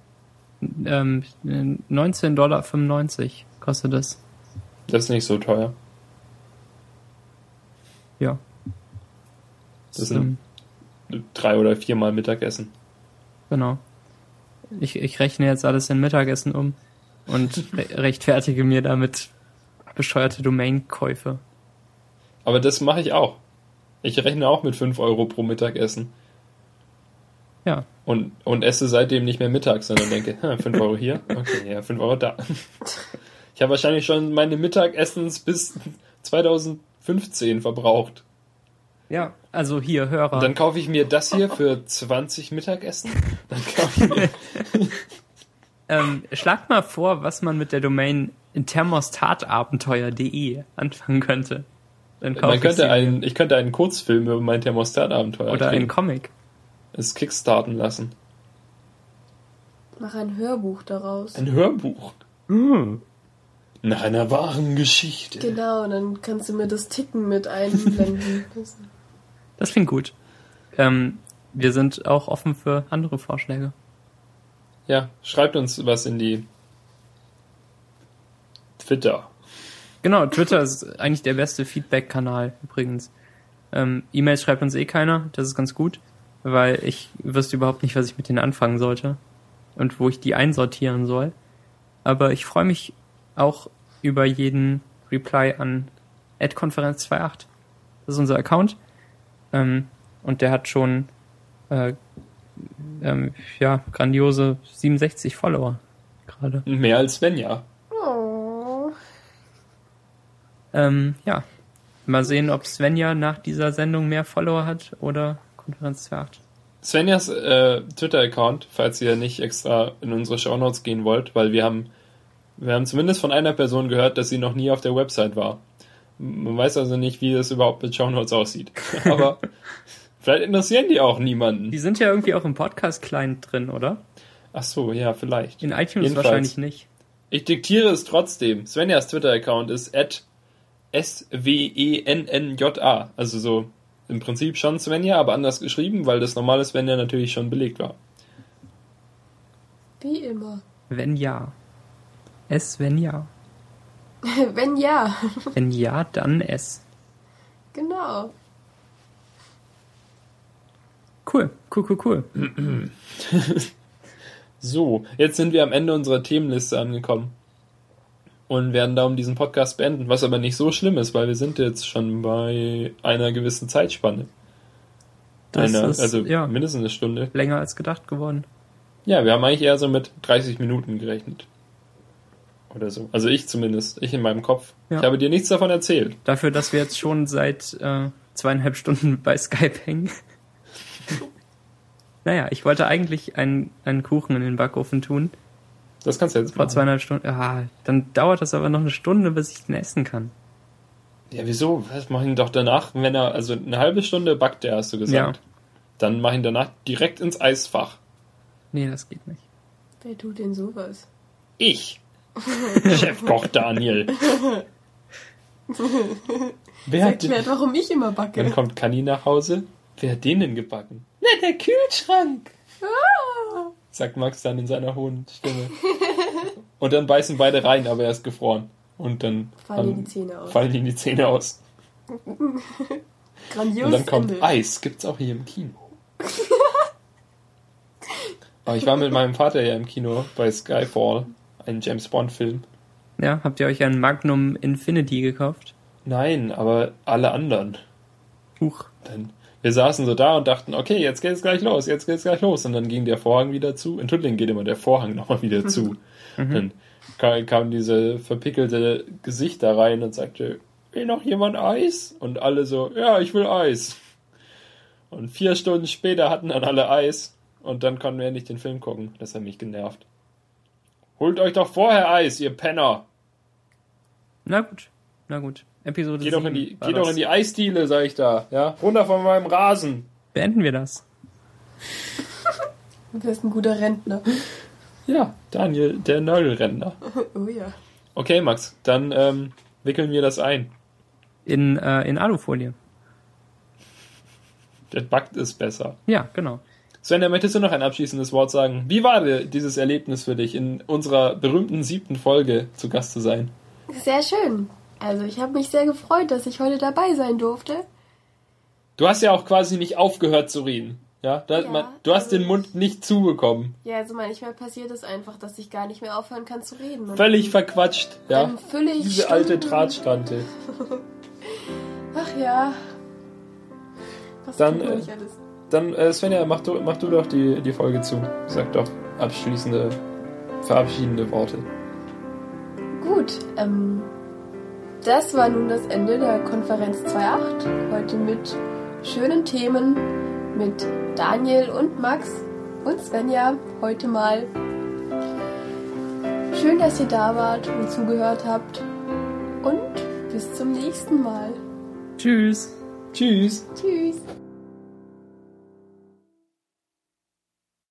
Speaker 1: ähm, neunzehn Komma fünfundneunzig Dollar kostet das.
Speaker 2: Das ist nicht so teuer.
Speaker 1: Ja.
Speaker 2: Das sind drei oder viermal Mittagessen.
Speaker 1: Genau. Ich, ich rechne jetzt alles in Mittagessen um und re- rechtfertige mir damit bescheuerte Domain-Käufe.
Speaker 2: Aber das mache ich auch. Ich rechne auch mit fünf Euro pro Mittagessen.
Speaker 1: Ja.
Speaker 2: Und, und esse seitdem nicht mehr mittags, sondern denke, fünf Euro hier, okay, ja, fünf Euro da. Ich habe wahrscheinlich schon meine Mittagessens bis zwanzig fünfzehn verbraucht.
Speaker 1: Ja, also hier, Hörer.
Speaker 2: Und dann kaufe ich mir das hier für zwanzig Mittagessen. Dann kaufe ich mir
Speaker 1: ähm, schlag mal vor, was man mit der Domain thermostatabenteuer punkt de anfangen könnte. Dann kauf
Speaker 2: Man
Speaker 1: ich
Speaker 2: könnte
Speaker 1: sie
Speaker 2: einen,
Speaker 1: mir.
Speaker 2: ich könnte einen Kurzfilm über mein Thermostatabenteuer
Speaker 1: Oder
Speaker 2: drehen.
Speaker 1: einen Comic.
Speaker 2: Es kickstarten lassen.
Speaker 3: Mach ein Hörbuch daraus.
Speaker 2: Ein Hörbuch.
Speaker 1: Mm.
Speaker 2: Nach einer wahren Geschichte.
Speaker 3: Genau, und dann kannst du mir das Ticken mit einblenden.
Speaker 1: Das klingt gut. Ähm, wir sind auch offen für andere Vorschläge.
Speaker 2: Ja, schreibt uns was in die Twitter.
Speaker 1: Genau, Twitter ist eigentlich der beste Feedback-Kanal übrigens. Ähm, E-Mails schreibt uns eh keiner, das ist ganz gut, weil ich wüsste überhaupt nicht, was ich mit denen anfangen sollte und wo ich die einsortieren soll. Aber ich freue mich auch über jeden Reply an at konferenz achtundzwanzig. Das ist unser Account. Ähm, und der hat schon äh, ähm, ja, grandiose siebenundsechzig Follower gerade.
Speaker 2: Mehr als Svenja.
Speaker 3: Oh.
Speaker 1: Ähm, ja, mal sehen, ob Svenja nach dieser Sendung mehr Follower hat oder Konferenz zwei Punkt acht.
Speaker 2: Svenjas äh, Twitter-Account, falls ihr nicht extra in unsere Shownotes gehen wollt, weil wir haben, wir haben zumindest von einer Person gehört, dass sie noch nie auf der Website war. Man weiß also nicht, wie das überhaupt mit Shownotes aussieht. Aber vielleicht interessieren die auch niemanden.
Speaker 1: Die sind ja irgendwie auch im Podcast-Client drin, oder?
Speaker 2: Ach so, ja, vielleicht.
Speaker 1: In iTunes
Speaker 2: Jedenfalls.
Speaker 1: Wahrscheinlich nicht.
Speaker 2: Ich diktiere es trotzdem. Svenjas Twitter-Account ist at S W E N N J A. Also so im Prinzip schon Svenja, aber anders geschrieben, weil das normale Svenja natürlich schon belegt war.
Speaker 3: Wie immer.
Speaker 1: Wenn ja. S, wenn ja.
Speaker 3: Wenn ja.
Speaker 1: Wenn ja, dann S.
Speaker 3: Genau.
Speaker 1: Cool, cool, cool, cool.
Speaker 2: So, jetzt sind wir am Ende unserer Themenliste angekommen. Und werden darum diesen Podcast beenden, was aber nicht so schlimm ist, weil wir sind jetzt schon bei einer gewissen Zeitspanne.
Speaker 1: Das
Speaker 2: Eine,
Speaker 1: ist,
Speaker 2: also
Speaker 1: ja,
Speaker 2: mindestens eine Stunde.
Speaker 1: länger als gedacht geworden.
Speaker 2: Ja, wir haben eigentlich eher so mit dreißig Minuten gerechnet. Oder so. Also ich zumindest. Ich in meinem Kopf.
Speaker 1: Ja.
Speaker 2: Ich habe dir nichts davon erzählt.
Speaker 1: Dafür, dass wir jetzt schon seit äh, zweieinhalb Stunden bei Skype hängen. Naja, ich wollte eigentlich einen, einen Kuchen in den Backofen tun.
Speaker 2: Das kannst du jetzt
Speaker 1: Vor
Speaker 2: machen.
Speaker 1: zweieinhalb Stunden. Ah, dann dauert das aber noch eine Stunde, bis ich den essen kann.
Speaker 2: Ja, wieso? Was, mach ihn doch danach, wenn er, also eine halbe Stunde backt er, hast du gesagt.
Speaker 1: Ja.
Speaker 2: Dann mach ihn danach direkt ins Eisfach.
Speaker 1: Nee, das geht nicht.
Speaker 3: Wer tut denn sowas?
Speaker 2: Ich. Chefkoch Daniel. Wer
Speaker 3: Das
Speaker 2: hat den,
Speaker 3: erklärt, warum ich immer backe.
Speaker 2: dann kommt Kani nach Hause. Wer hat den denn gebacken? Na, der Kühlschrank.
Speaker 3: Ah.
Speaker 2: Sagt Max dann in seiner hohen Stimme. Und dann beißen beide rein, aber er ist gefroren. Und dann
Speaker 3: Fallen
Speaker 2: dann
Speaker 3: die Zähne aus.
Speaker 2: fallen ihnen die Zähne aus.
Speaker 3: Grandios
Speaker 2: Und dann kommt
Speaker 3: Ende.
Speaker 2: Eis. Gibt's auch hier im Kino. Aber ich war mit meinem Vater ja im Kino bei Skyfall, ein James Bond Film.
Speaker 1: Ja, habt ihr euch einen Magnum Infinity gekauft?
Speaker 2: Nein, aber alle anderen.
Speaker 1: Huch.
Speaker 2: Dann, wir saßen so da und dachten, okay, jetzt geht's gleich los, jetzt geht's gleich los. Und dann ging der Vorhang wieder zu. In Tuttlingen geht immer der Vorhang nochmal wieder zu.
Speaker 1: Mhm.
Speaker 2: Dann kam, kam diese verpickelte Gesicht da rein und sagte, will noch jemand Eis? Und alle so, ja, ich will Eis. Und vier Stunden später hatten dann alle Eis. Und dann konnten wir endlich den Film gucken. Das hat mich genervt. Holt euch doch vorher Eis, ihr Penner.
Speaker 1: Na gut, na gut. Episode
Speaker 2: Geh doch in die,
Speaker 1: sieben war
Speaker 2: geh doch
Speaker 1: das.
Speaker 2: in die Eisdiele, sag ich da. Ja? Runter von meinem Rasen.
Speaker 1: Beenden wir das.
Speaker 3: Du bist ein guter Rentner.
Speaker 2: Ja, Daniel, der Nörgelrentner.
Speaker 3: Oh ja.
Speaker 2: Okay, Max, dann ähm, wickeln wir das ein.
Speaker 1: In, äh, in Alufolie.
Speaker 2: Der backt es besser.
Speaker 1: Ja, genau.
Speaker 2: Svenja, möchtest du noch ein abschließendes Wort sagen? Wie war dieses Erlebnis für dich, in unserer berühmten siebten Folge zu Gast zu sein?
Speaker 3: Sehr schön. Also ich habe mich sehr gefreut, dass ich heute dabei sein durfte.
Speaker 2: Du hast ja auch quasi nicht aufgehört zu reden. Ja, da,
Speaker 3: Ja,
Speaker 2: man, du hast
Speaker 3: also
Speaker 2: den Mund nicht zubekommen.
Speaker 3: Ja, also manchmal passiert es einfach, dass ich gar nicht mehr aufhören kann zu reden. Und
Speaker 2: Völlig verquatscht. Ja,
Speaker 3: dann fülle ich
Speaker 2: diese
Speaker 3: Stunden-
Speaker 2: alte Drahtstante.
Speaker 3: Ach ja. Was
Speaker 2: Dann,
Speaker 3: tut man
Speaker 2: äh,
Speaker 3: nicht alles?
Speaker 2: Dann, äh, Svenja, mach du, mach du doch die, die Folge zu. Sag doch abschließende, verabschiedende Worte.
Speaker 3: Gut, ähm, das war nun das Ende der Konferenz zwei Punkt acht. Heute mit schönen Themen mit Daniel und Max und Svenja. Heute mal. Schön, dass ihr da wart und zugehört habt. Und bis zum nächsten Mal.
Speaker 1: Tschüss.
Speaker 2: Tschüss.
Speaker 3: Tschüss.